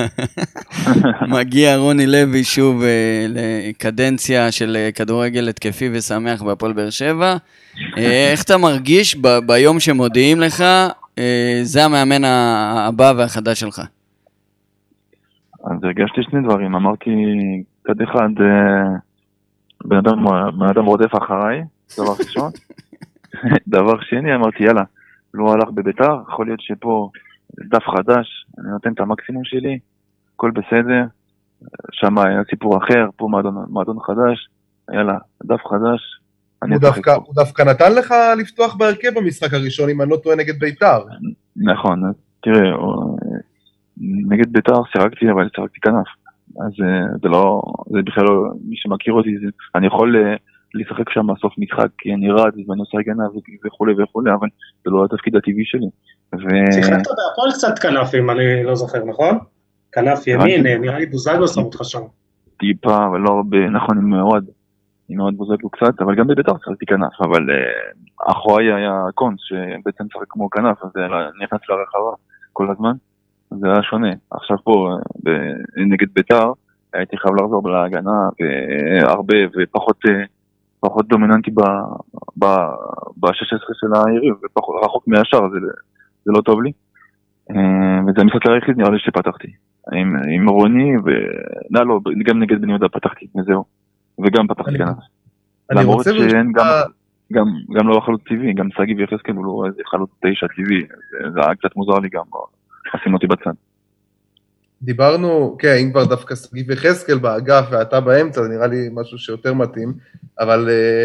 מגיע רוני לוי שוב לקדנציה של כדורגל התקפי ושמח בהפועל באר שבע. איך אתה מרגיש ב- ביום שמודיעים לך, זה המאמן הבא והחדש שלך? אז הרגשתי שני דברים, אמרתי, כד אחד, בן אדם, בן אדם רודף אחריי, דבר ראשון. דבר שני, אמרתי, יאללה, לא הלך בביתר, יכול להיות שפה דף חדש, אני נותן את המקסימום שלי, הכל בסדר, שם היה סיפור אחר, פה מועדון, מועדון חדש, יאללה, דף חדש. הוא דווקא, הוא דווקא נתן לך לפתוח בהרכב במשחק הראשון, אם אני לא טועה נגד ביתר. נכון, תראה, נגד ביתר שיחקתי, אבל שיחקתי כנף, אז זה לא, זה בכלל לא, מי שמכיר אותי, זה, אני יכול לשחק שם בסוף משחק, כי אני רץ ואני עושה הגנה וכו' וכו', אבל זה לא התפקיד הטבעי שלי. שיחקת בהפועל קצת כנף, אם אני לא זוכר, נכון? כנף ימין, נראה לי בוזגלו שם אותך שם. טיפה, אבל לא הרבה, נכון, עם מאוד, עם מאוד בוזגלו קצת, אבל גם בביתר שיחקתי כנף, אבל אחורי היה קונס, שבעצם שחק כמו כנף, אז נכנס לרחבה כל הזמן, זה היה שונה. עכשיו פה, נגד ביתר, הייתי חייב לחזור להגנה, והרבה ופחות פחות דומיננטי ב-שש עשרה של היריב, ורחוק מהשאר, זה, זה לא טוב לי. וזה המשחק היחיד נראה לי שפתחתי. עם, עם רוני, ולא, לא, גם נגד בן יהודה פתחתי, וזהו. וגם פתחתי כנף. למרות שאין גם, גם, גם לא חלוץ טבעי, גם סגיב יחזקאל הוא לא איזה חלוץ תשע טבעי, זה היה קצת מוזר לי גם, עשינו אותי בצד. דיברנו, כן, אם כבר דווקא סגיב יחזקאל באגף ואתה באמצע, זה נראה לי משהו שיותר מתאים, אבל uh,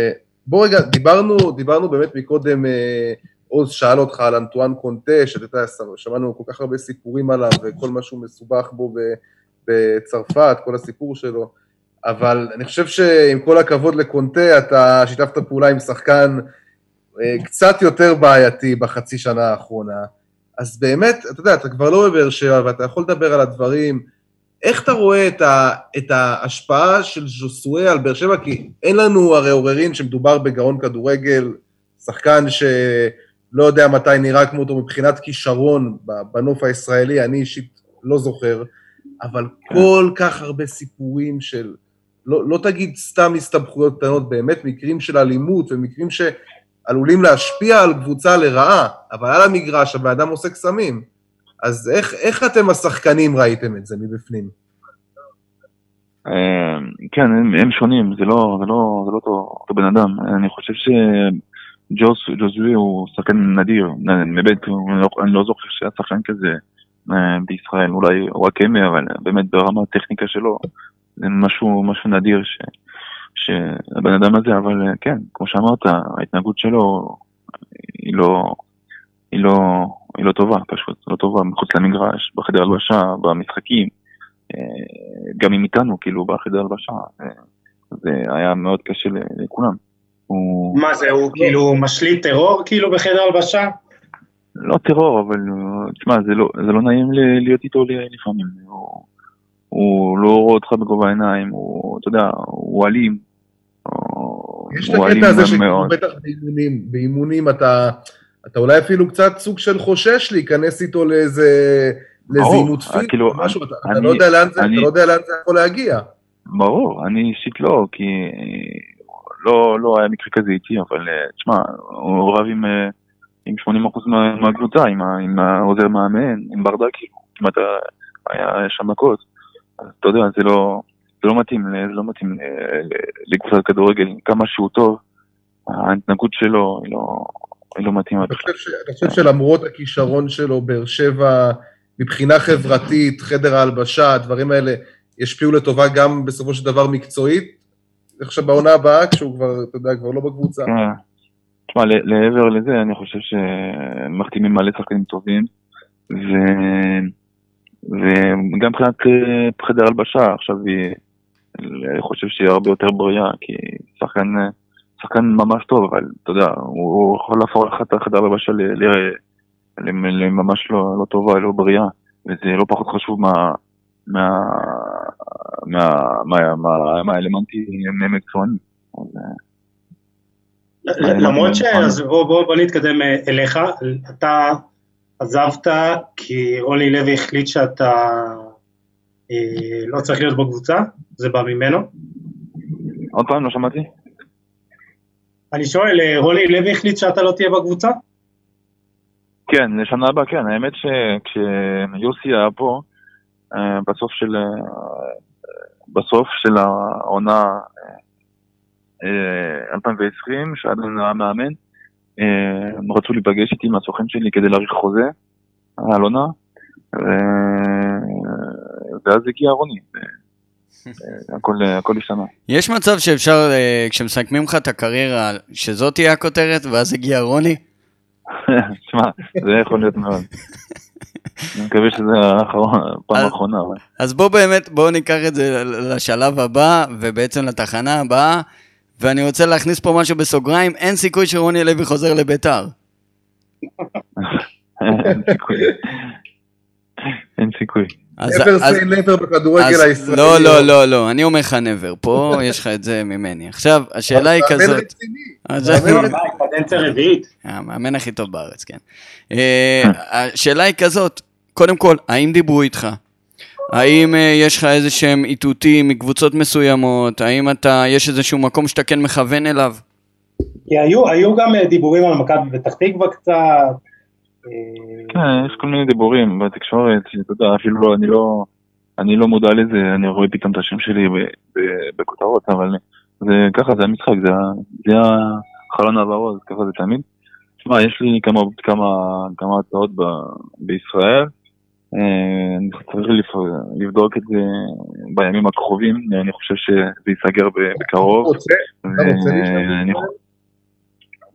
בוא רגע, דיברנו, דיברנו באמת מקודם, עוז שאל אותך על אנטואן קונטה, שאתה שמענו כל כך הרבה סיפורים עליו, וכל משהו מסובך בו בצרפת, כל הסיפור שלו, אבל אני חושב שעם כל הכבוד לקונטה, אתה שיתפת פעולה עם שחקן קצת יותר בעייתי בחצי שנה האחרונה, אז באמת, אתה יודע, אתה כבר לא בבאר שבע, ואתה יכול לדבר על הדברים, איך אתה רואה את, ה, את ההשפעה של ז'וסואה על באר שבע? כי אין לנו הרי עוררין שמדובר בגאון כדורגל, שחקן שלא יודע מתי נראה כמו אותו מבחינת כישרון בנוף הישראלי, אני אישית לא זוכר, אבל כל כך הרבה סיפורים של, לא, לא תגיד סתם הסתבכויות קטנות, באמת מקרים של אלימות ומקרים שעלולים להשפיע על קבוצה לרעה, אבל על המגרש הבן אדם עושה קסמים. אז איך, איך אתם השחקנים ראיתם את זה מבפנים? כן, הם, הם שונים, זה לא, זה לא, זה לא אותו, אותו בן אדם. אני חושב שג'וזוי הוא שחקן נדיר, באמת, אני לא זוכר שהיה שחקן כזה בישראל, אולי וואקמה, אבל באמת ברמה הטכניקה שלו, זה משהו, משהו נדיר ש, שהבן אדם הזה, אבל כן, כמו שאמרת, ההתנהגות שלו היא לא, היא לא, היא לא טובה, פשוט, לא טובה, מחוץ למגרש, בחדר הלבשה, במשחקים, גם עם איתנו, כאילו, בחדר הלבשה, זה היה מאוד קשה לכולם. מה זה, הוא כאילו משליט טרור, כאילו, בחדר הלבשה? לא טרור, אבל, תשמע, זה לא נעים להיות איתו לפעמים, הוא לא רואה אותך בגובה העיניים, הוא, אתה יודע, הוא אלים, יש את הקטע הזה שכאילו בטח באימונים, באימונים אתה... אתה אולי אפילו קצת סוג של חושש להיכנס איתו לאיזה עימות פיזי, משהו, אתה לא יודע לאן זה יכול להגיע. ברור, אני אישית לא, כי לא היה מקרה כזה איתי, אבל תשמע, הוא רב עם שמונים אחוז מהקבוצה, עם העוזר מאמן, עם ברדה, כאילו, כמעט היה שם מכות, אז אתה יודע, זה לא מתאים, זה לא מתאים לקבוצת כדורגל, כמה שהוא טוב, ההתנהגות שלו היא לא... לא מתאים. אני חושב שלמרות הכישרון שלו, באר שבע, מבחינה חברתית, חדר ההלבשה, הדברים האלה ישפיעו לטובה גם בסופו של דבר מקצועית, עכשיו בעונה הבאה, כשהוא כבר, אתה יודע, כבר לא בקבוצה. תשמע, לעבר לזה, אני חושב שמחתימים מלא שחקנים טובים, וגם מבחינת חדר ההלבשה, עכשיו אני חושב שהיא הרבה יותר בריאה, כי שחקן... שחקן ממש טוב, אבל אתה יודע, הוא יכול להפוך לך את החדר הלבשה לממש לא טובה, לא בריאה, וזה לא פחות חשוב מהאלמנטים מקצוענים. למרות ש... אז בוא נתקדם אליך, אתה עזבת כי רוני לוי החליט שאתה לא צריך להיות בקבוצה, זה בא ממנו? עוד פעם, לא שמעתי. אני שואל, רוני לוי החליט שאתה לא תהיה בקבוצה? כן, לשנה הבאה, כן. האמת שכשיוסי היה פה, בסוף של, בסוף של העונה אלפיים ועשרים, שעדיין היה מאמן, הם רצו להיפגש איתי עם הסוכן שלי כדי להאריך חוזה על עונה, ואז הגיע רוני. הכל, הכל השתנה. יש מצב שאפשר, כשמסכמים לך את הקריירה, שזאת תהיה הכותרת, ואז הגיע רוני? תשמע, זה יכול להיות מאוד. אני מקווה שזה פעם האחרונה. אז בוא באמת, בוא ניקח את זה לשלב הבא, ובעצם לתחנה הבאה, ואני רוצה להכניס פה משהו בסוגריים, אין סיכוי שרוני לוי חוזר לביתר. אין סיכוי. אין סיכוי. נבר סי נבר בכדורגל הישראלי. לא, לא, לא, לא, אני אומר לך נבר, פה יש לך את זה ממני. עכשיו, השאלה היא כזאת. קדנציה רביעית. המאמן הכי טוב בארץ, כן. השאלה היא כזאת, קודם כל, האם דיברו איתך? האם יש לך איזה שהם איתותים מקבוצות מסוימות? האם אתה, יש איזשהו מקום שאתה כן מכוון אליו? כי היו גם דיבורים על מכבי פתח תקווה קצת. כן, יש כל מיני דיבורים בתקשורת, אתה יודע, אפילו לא, אני לא, אני לא מודע לזה, אני רואה פתאום את השם שלי בכותרות, אבל זה ככה, זה המשחק, זה החלון העברות, ככה זה תמיד. תשמע, יש לי כמה, כמה, כמה הצעות בישראל, אני צריך לבדוק את זה בימים הקרובים, אני חושב שזה ייסגר בקרוב.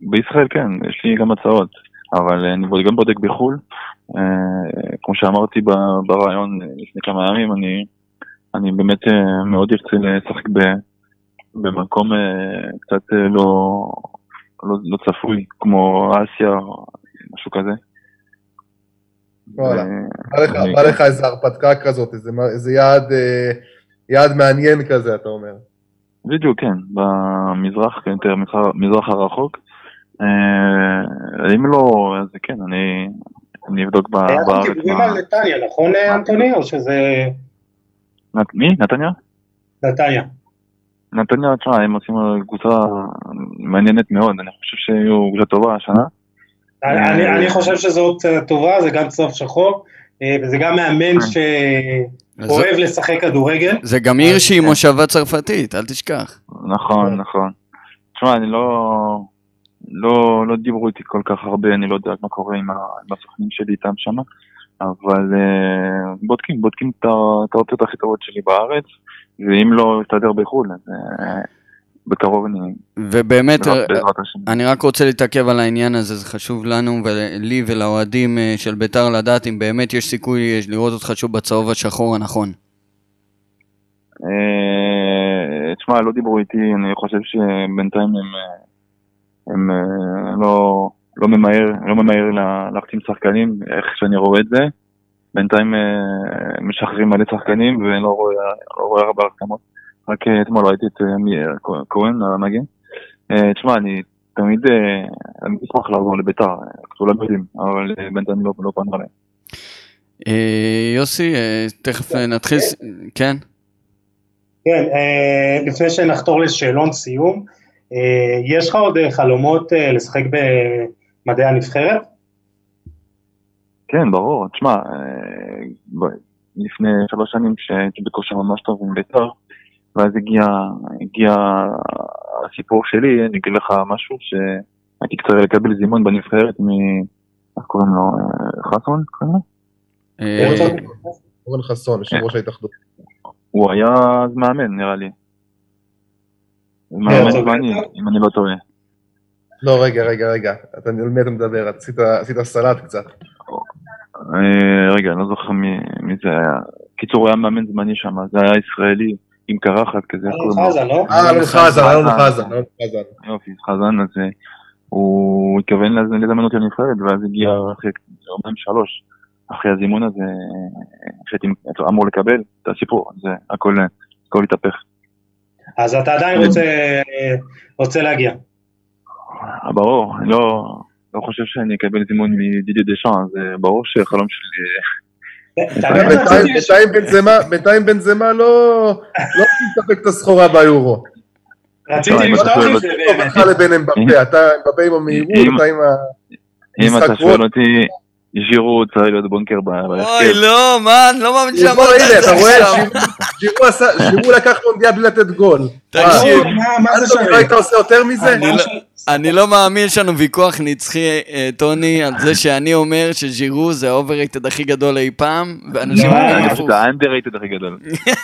בישראל כן, יש לי גם הצעות, אבל אני גם בודק בחול. כמו שאמרתי ברעיון לפני כמה ימים, אני, אני באמת מאוד ארצה לשחק במקום קצת לא, לא, לא צפוי, כמו אסיה, משהו כזה. וואלה, בא לך איזו הרפתקה כזאת, איזה יעד, יעד מעניין כזה, אתה אומר. בדיוק, כן, במזרח, יותר מזרח הרחוק. אם לא, אז כן, אני, אני אבדוק בארץ. אתם דיבורים על נתניה, נכון אנטוני, או שזה... מי? נתניה? נתניה. נתניה, תשמע, הם עושים קבוצה מעניינת מאוד, אני חושב שיהיו קבוצה טובה השנה. אני חושב שזו אופציה טובה, זה גם צוף שחור, וזה גם מאמן שאוהב לשחק כדורגל. זה גם עיר שהיא מושבה צרפתית, אל תשכח. נכון, נכון. תשמע, אני לא... לא, לא דיברו איתי כל כך הרבה, אני לא יודע מה קורה עם הסוכנים שלי איתם שם, אבל uh, בודקים, בודקים את האופציות הכי טובות שלי בארץ, ואם לא יסתדר בחו"ל, אז uh, בקרוב אני... ובאמת, אני רק רוצה להתעכב על העניין הזה, זה חשוב לנו ולי ולאוהדים של בית"ר לדעת אם באמת יש סיכוי לראות אותך שוב בצהוב השחור הנכון. תשמע, לא דיברו איתי, אני חושב שבינתיים הם... הם לא, לא ממהר, לא ממהר להחתים שחקנים, איך שאני רואה את זה. בינתיים משחררים מלא שחקנים, ואני לא רואה, לא רואה הרבה החתמות. רק אתמול ראיתי את כהן, המגן. תשמע, אני תמיד, אני אשמח לעבור לבית"ר, כתוב יודעים, אבל בינתיים לא, לא פנו עליהם. יוסי, תכף נתחיל, כן? כן, לפני שנחתור לשאלון סיום, יש לך עוד חלומות לשחק במדעי הנבחרת? כן, ברור. תשמע, לפני שלוש שנים שהייתי בכושר ממש טוב עם בית"ר, ואז הגיע, הגיע הסיפור שלי, אני אגיד לך משהו, שהייתי קצת לקבל זימון בנבחרת מ... איך קוראים לו? חסון? אורן חסון, יושב ראש ההתאחדות. הוא היה אז מאמן, נראה לי. מאמן זמני, אם אני לא טועה. לא, רגע, רגע, רגע. אתה על מי אתה מדבר? עשית סלט קצת. רגע, אני לא זוכר מי זה היה. קיצור, הוא היה מאמן זמני שם, זה היה ישראלי, עם קרחת כזה. אלון חזן, לא? אה, אלון חזן, אלון חזן, אלון חזן. יופי, חזן, אז הוא התכוון לזמן אותי לנבחרת, ואז הגיע אחרי ארבעים ושלוש, אחרי הזימון הזה, שהייתי אמור לקבל את הסיפור, זה הכל התהפך. אז אתה עדיין רוצה, רוצה להגיע. ברור, אני לא, לא חושב שאני אקבל זימון מדידי דשאן, זה ברור שחלום שלי... בינתיים בנזמה לא תספק את הסחורה ביורו. רציתי לפתוח את זה באמת. אתה לבין אמבפה, אתה אמבפה עם המהירות, אתה עם המשחק. אם אתה שואל אותי, ז'ירו צריך להיות בונקר בהרכב. אוי, לא, מה, אני לא מאמין שאמרת את זה עכשיו. ז'ירו לקח מונדיאל בלי לתת גול. תקשיב. מה זה שווה? לא היית עושה יותר מזה? אני לא מאמין שלנו ויכוח נצחי, טוני, על זה שאני אומר שז'ירו זה האובררייטד הכי גדול אי פעם, ואנשים אומרים הפוך. זה האנדררייטד הכי גדול.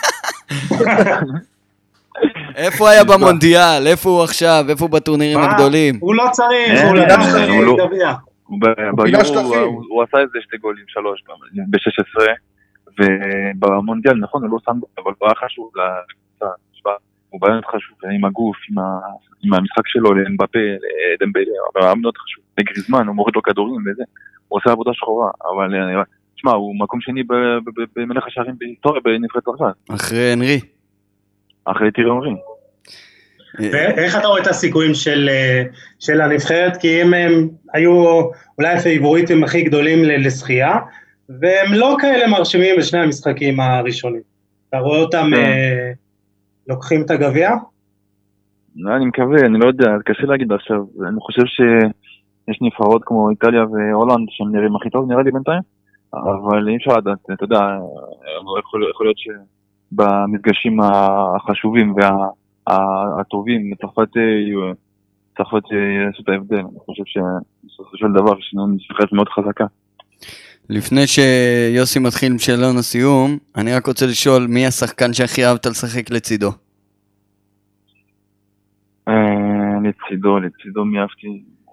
איפה היה במונדיאל? איפה הוא עכשיו? איפה הוא בטורנירים הגדולים? הוא לא צריך, הוא לא גביע. ביורו הוא עשה איזה שתי גולים, שלוש, ב-שש עשרה, ובמונדיאל, נכון, הוא לא שם, אבל הוא היה חשוב לקבוצה, הוא באמת חשוב, עם הגוף, עם המשחק שלו, לאמבפה, לדמבלה, אבל הוא היה מאוד חשוב, לגריזמן, הוא מוריד לו כדורים וזה, הוא עושה עבודה שחורה, אבל תשמע, הוא מקום שני במלך השערים בהיסטוריה בנבחרת צרפת. אחרי אנרי. אחרי טירי אנרי. ואיך אתה רואה את הסיכויים של, של הנבחרת? כי הם, הם היו אולי הפייבוריטים הכי גדולים לשחייה, והם לא כאלה מרשימים בשני המשחקים הראשונים. אתה רואה אותם אה, לוקחים את הגביע? לא, אני מקווה, אני לא יודע, קשה להגיד עכשיו. אני חושב שיש נבחרות כמו איטליה והולנד שהם נראים הכי טוב, נראה לי בינתיים, אבל אי אפשר לדעת, אתה יודע, יכול, יכול להיות שבמפגשים החשובים וה... הטובים, צרפת צרפת יעשו את ההבדל. אני חושב שבסופו של דבר יש לנו נבחרת מאוד חזקה. לפני שיוסי מתחיל עם שאלון הסיום, אני רק רוצה לשאול מי השחקן שהכי אהבת לשחק לצידו? לצידו, לצידו מי אהבתי?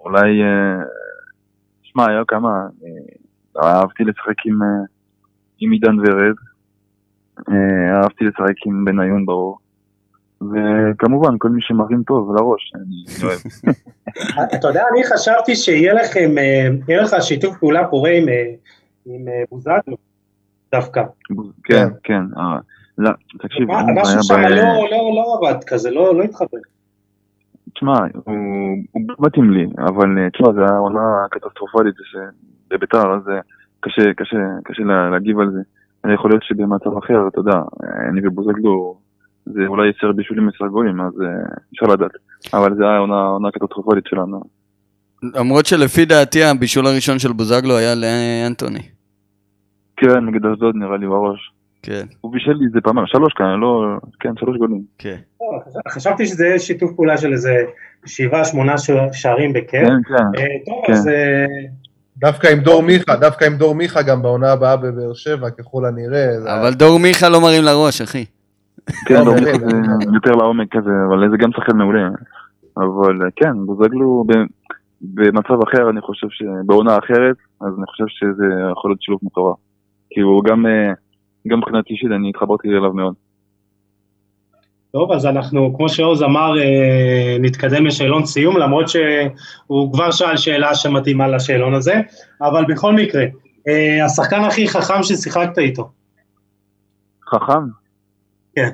אולי, שמע, היה כמה, אהבתי לשחק עם, עם עידן ורד, אהבתי לשחק עם בניון ברור, וכמובן כל מי שמרים טוב לראש, אני אוהב. אתה יודע, אני חשבתי שיהיה לכם, יהיה לך שיתוף פעולה פורה עם, עם בוזגלו, דווקא. כן, כן, לא, תקשיב. משהו שם לא עבד כזה, לא התחבר. תשמע, הוא מתאים לי, אבל תשמע, זה העונה קטסטרופלית בביתר, אז קשה, קשה, קשה להגיב על זה. אני יכול להיות שבמצב אחר, אתה יודע, אני ובוזגלו, זה אולי יצר בישולים עשרה גולים, אז אפשר לדעת. אבל זה העונה קטסטרופלית שלנו. למרות שלפי דעתי, הבישול הראשון של בוזגלו היה לאנטוני. כן, נגד אשדוד נראה לי בראש. כן. הוא בישל לי זה פעם, שלוש כאן, לא, כן, שלוש גולים. כן. חשבתי שזה שיתוף פעולה של איזה שבעה, שמונה שערים בכיף. כן, כן. טוב, אז... דווקא עם דור מיכה, דווקא עם דור מיכה גם בעונה הבאה בבאר שבע, ככל הנראה. אבל דור מיכה לא מרים לראש, אחי. כן, דור מיכה זה יותר לעומק כזה, אבל זה גם שחקן מעולה. אבל כן, בוזגלו במצב אחר, אני חושב שבעונה אחרת, אז אני חושב שזה יכול להיות שילוב מטורף. כי הוא גם... גם מבחינת אישית, אני התחברתי אליו מאוד. טוב, אז אנחנו, כמו שעוז אמר, נתקדם לשאלון סיום, למרות שהוא כבר שאל שאלה שמתאימה לשאלון הזה, אבל בכל מקרה, השחקן הכי חכם ששיחקת איתו. חכם? כן.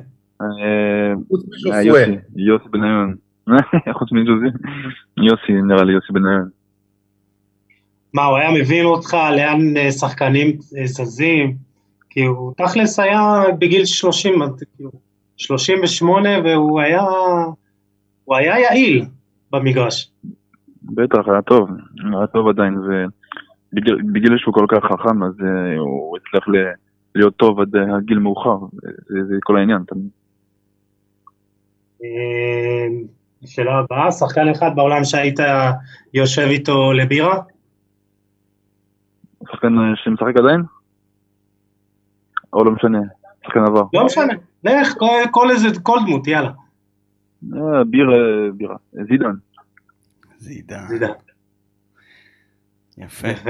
יוסי, יוסי בניון. חוץ מג'וזי? יוסי, נראה לי יוסי בניון. מה, הוא היה מבין אותך לאן שחקנים זזים? כי הוא תכלס היה בגיל שלושים, שלושים ושמונה, והוא היה, הוא היה יעיל במגרש. בטח, היה טוב, היה טוב עדיין, ובגיל שהוא כל כך חכם, אז הוא הצליח להיות טוב עד הגיל מאוחר, זה כל העניין. שאלה הבאה, שחקן אחד בעולם שהיית יושב איתו לבירה? שחקן שמשחק עדיין? או לא משנה, שחקן עבר. לא משנה, לך, כל איזה, כל דמות, יאללה. בירה, בירה, זידן. זידן. זידן. יפה. יפה.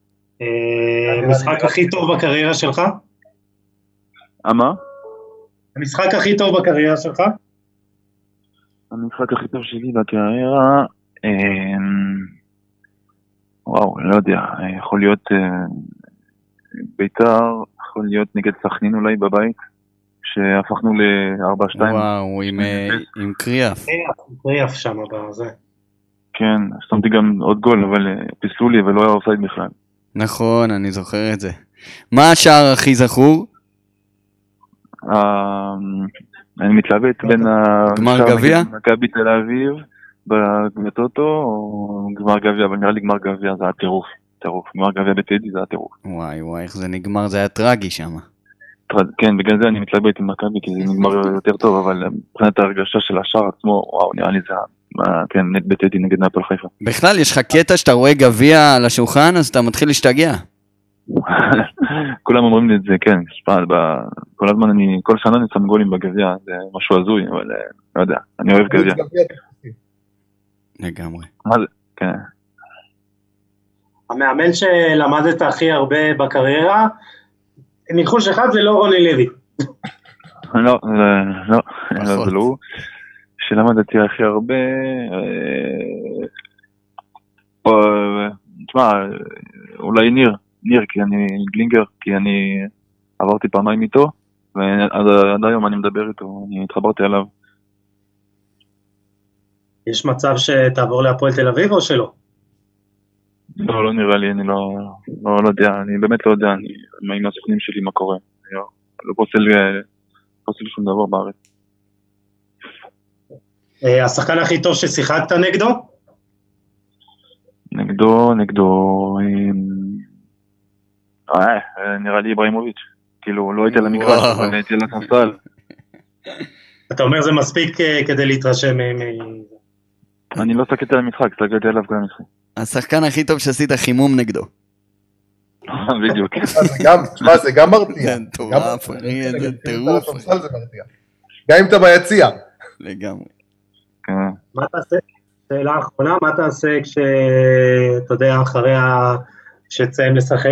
המשחק הכי טוב בקריירה שלך? מה? המשחק הכי טוב בקריירה שלך? המשחק הכי טוב שלי בקריירה, וואו, לא יודע, יכול להיות ביתר, יכול להיות נגד סכנין אולי בבית, שהפכנו ל-ארבע שתיים. וואו, עם קריאף. קריאף שם בזה. כן, שמתי גם עוד גול, אבל פיסלו לי ולא היה אופסייד בכלל. נכון, אני זוכר את זה. מה השער הכי זכור? אני מתלבט בין גמר גביע? מכבי תל אביב, בטוטו, או גמר גביע, אבל נראה לי גמר גביע זה הטירוף. טירוף, גמר גביע בטדי זה הטירוף. וואי וואי, איך זה נגמר, זה היה טרגי שם. כן, בגלל זה אני מתלבט עם מכבי, כי זה נגמר יותר טוב, אבל מבחינת ההרגשה של השער עצמו, וואו, נראה לי זה, כן, נט בטדי נגד הפועל חיפה. בכלל, יש לך קטע שאתה רואה גביע על השולחן, אז אתה מתחיל להשתגע. כולם אומרים לי את זה, כן, כל הזמן אני, כל שנה אני שם גולים בגביע, זה משהו הזוי, אבל לא יודע, אני אוהב גביע. לגמרי. מה זה? כן. המאמן שלמדת הכי הרבה בקריירה, ניחוש אחד זה לא רוני לוי. לא, לא, זה לא הוא. שלמדתי הכי הרבה, תשמע, אולי ניר, ניר, כי אני גלינגר, כי אני עברתי פעמיים איתו, ועד היום אני מדבר איתו, אני התחברתי עליו. יש מצב שתעבור להפועל תל אביב או שלא? לא, לא נראה לי, אני לא, לא, לא יודע, אני באמת לא יודע, אני, עם הסוכנים שלי מה קורה, אני לא, לא פוסל, פוסל שום דבר בארץ. השחקן הכי טוב ששיחקת נגדו? נגדו, נגדו, אה, נראה לי איברהימוביץ', כאילו, לא הייתי על המגרש, אבל הייתי על הספסל. אתה אומר זה מספיק כדי להתרשם מ... אני לא סתכלתי על המשחק, סתכלתי עליו כל המשחק. השחקן הכי טוב שעשית חימום נגדו. בדיוק. תשמע, זה גם מרתיע. זה טורף, זה טירוף. גם אם אתה ביציע. לגמרי. מה תעשה? שאלה האחרונה, מה תעשה כשאתה יודע, אחרי שתסיים לשחק?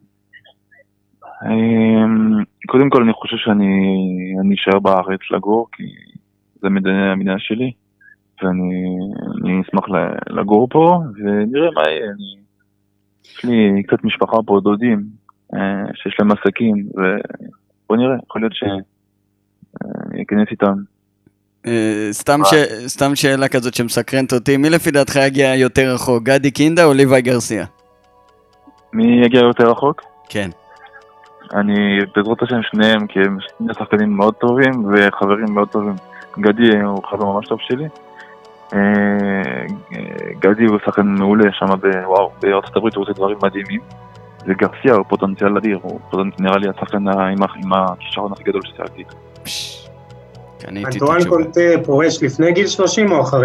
קודם כל אני חושב שאני אשאר בארץ לגור, כי זה המדינה שלי, ואני אשמח לגור פה, ונראה מה יהיה. יש לי קצת משפחה פה, דודים, שיש להם עסקים, ובוא נראה, יכול להיות שאני אכנס איתם. סתם שאלה כזאת שמסקרנת אותי, מי לפי דעתך יגיע יותר רחוק, גדי קינדה או ליוואי גרסיה? מי יגיע יותר רחוק? כן. אני בעזרת השם שניהם, כי הם שני שחקנים מאוד טובים וחברים מאוד טובים. גדי הוא חבר ממש טוב שלי. גדי הוא שחקן מעולה שם בוואו, בארצות הברית הוא עושה דברים מדהימים. וגרסיה הוא פוטנציאל אדיר, הוא נראה לי השחקן עם הכישרון הכי גדול ששיחקתי. אנטואן קונטה פורש לפני גיל שלושים או אחרי?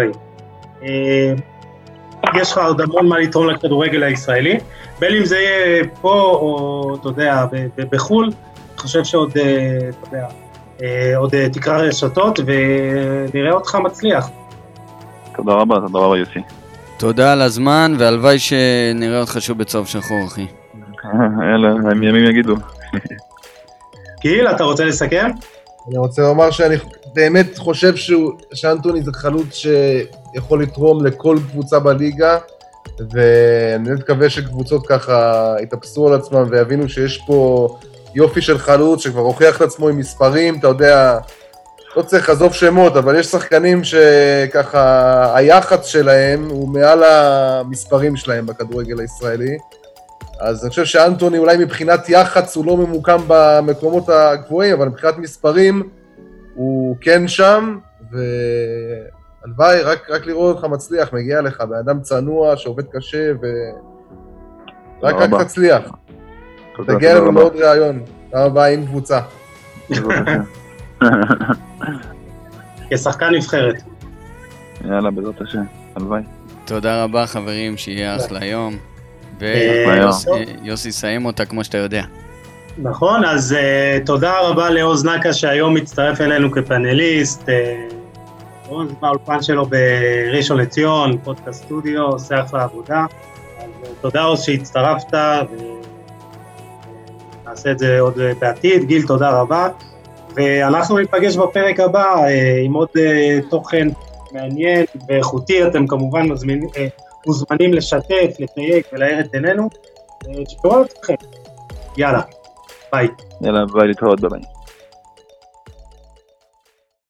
יש לך עוד המון מה לתרום לכדורגל הישראלי, בין אם זה יהיה פה או, אתה יודע, בחול, אני חושב שעוד, אתה יודע, עוד תקרא רשתות ונראה אותך מצליח. תודה רבה, תודה רבה יוסי. תודה על הזמן, והלוואי שנראה אותך שוב בצהוב שחור, אחי. יאללה, הם ימים יגידו. גיל, אתה רוצה לסכם? אני רוצה לומר שאני באמת חושב שאנטוני זה חלוץ שיכול לתרום לכל קבוצה בליגה, ואני מקווה שקבוצות ככה יתאפסו על עצמם ויבינו שיש פה יופי של חלוץ שכבר הוכיח את עצמו עם מספרים, אתה יודע, לא צריך לעזוב שמות, אבל יש שחקנים שככה היח"צ שלהם הוא מעל המספרים שלהם בכדורגל הישראלי, אז אני חושב שאנטוני אולי מבחינת יח"צ הוא לא ממוקם במקומות הגבוהים, אבל מבחינת מספרים הוא כן שם, והלוואי, רק, רק לראות אותך מצליח, מגיע לך, באדם צנוע שעובד קשה, ורק רק תצליח. תגיע לנו מאוד רעיון, תודה רבה עם קבוצה. כשחקן נבחרת. יאללה, בעזרת השם, הלוואי. תודה רבה חברים, שיהיה אחלה יום. ויוסי סיים אותה כמו שאתה יודע. נכון, אז uh, תודה רבה לעוז נקה שהיום מצטרף אלינו כפאנליסט, עוז uh, באולפן שלו בראשון לציון, פודקאסט סטודיו, עושה אחלה עבודה, אז uh, תודה עוז שהצטרפת, ונעשה את זה עוד בעתיד. גיל, תודה רבה, ואנחנו ניפגש בפרק הבא uh, עם עוד uh, תוכן מעניין ואיכותי. אתם כמובן מזמינים, uh, מוזמנים לשתף, לתייג ולהאיר את עינינו, שתראו אתכם. יאללה, ביי. יאללה, ביי, להתראות, ביי.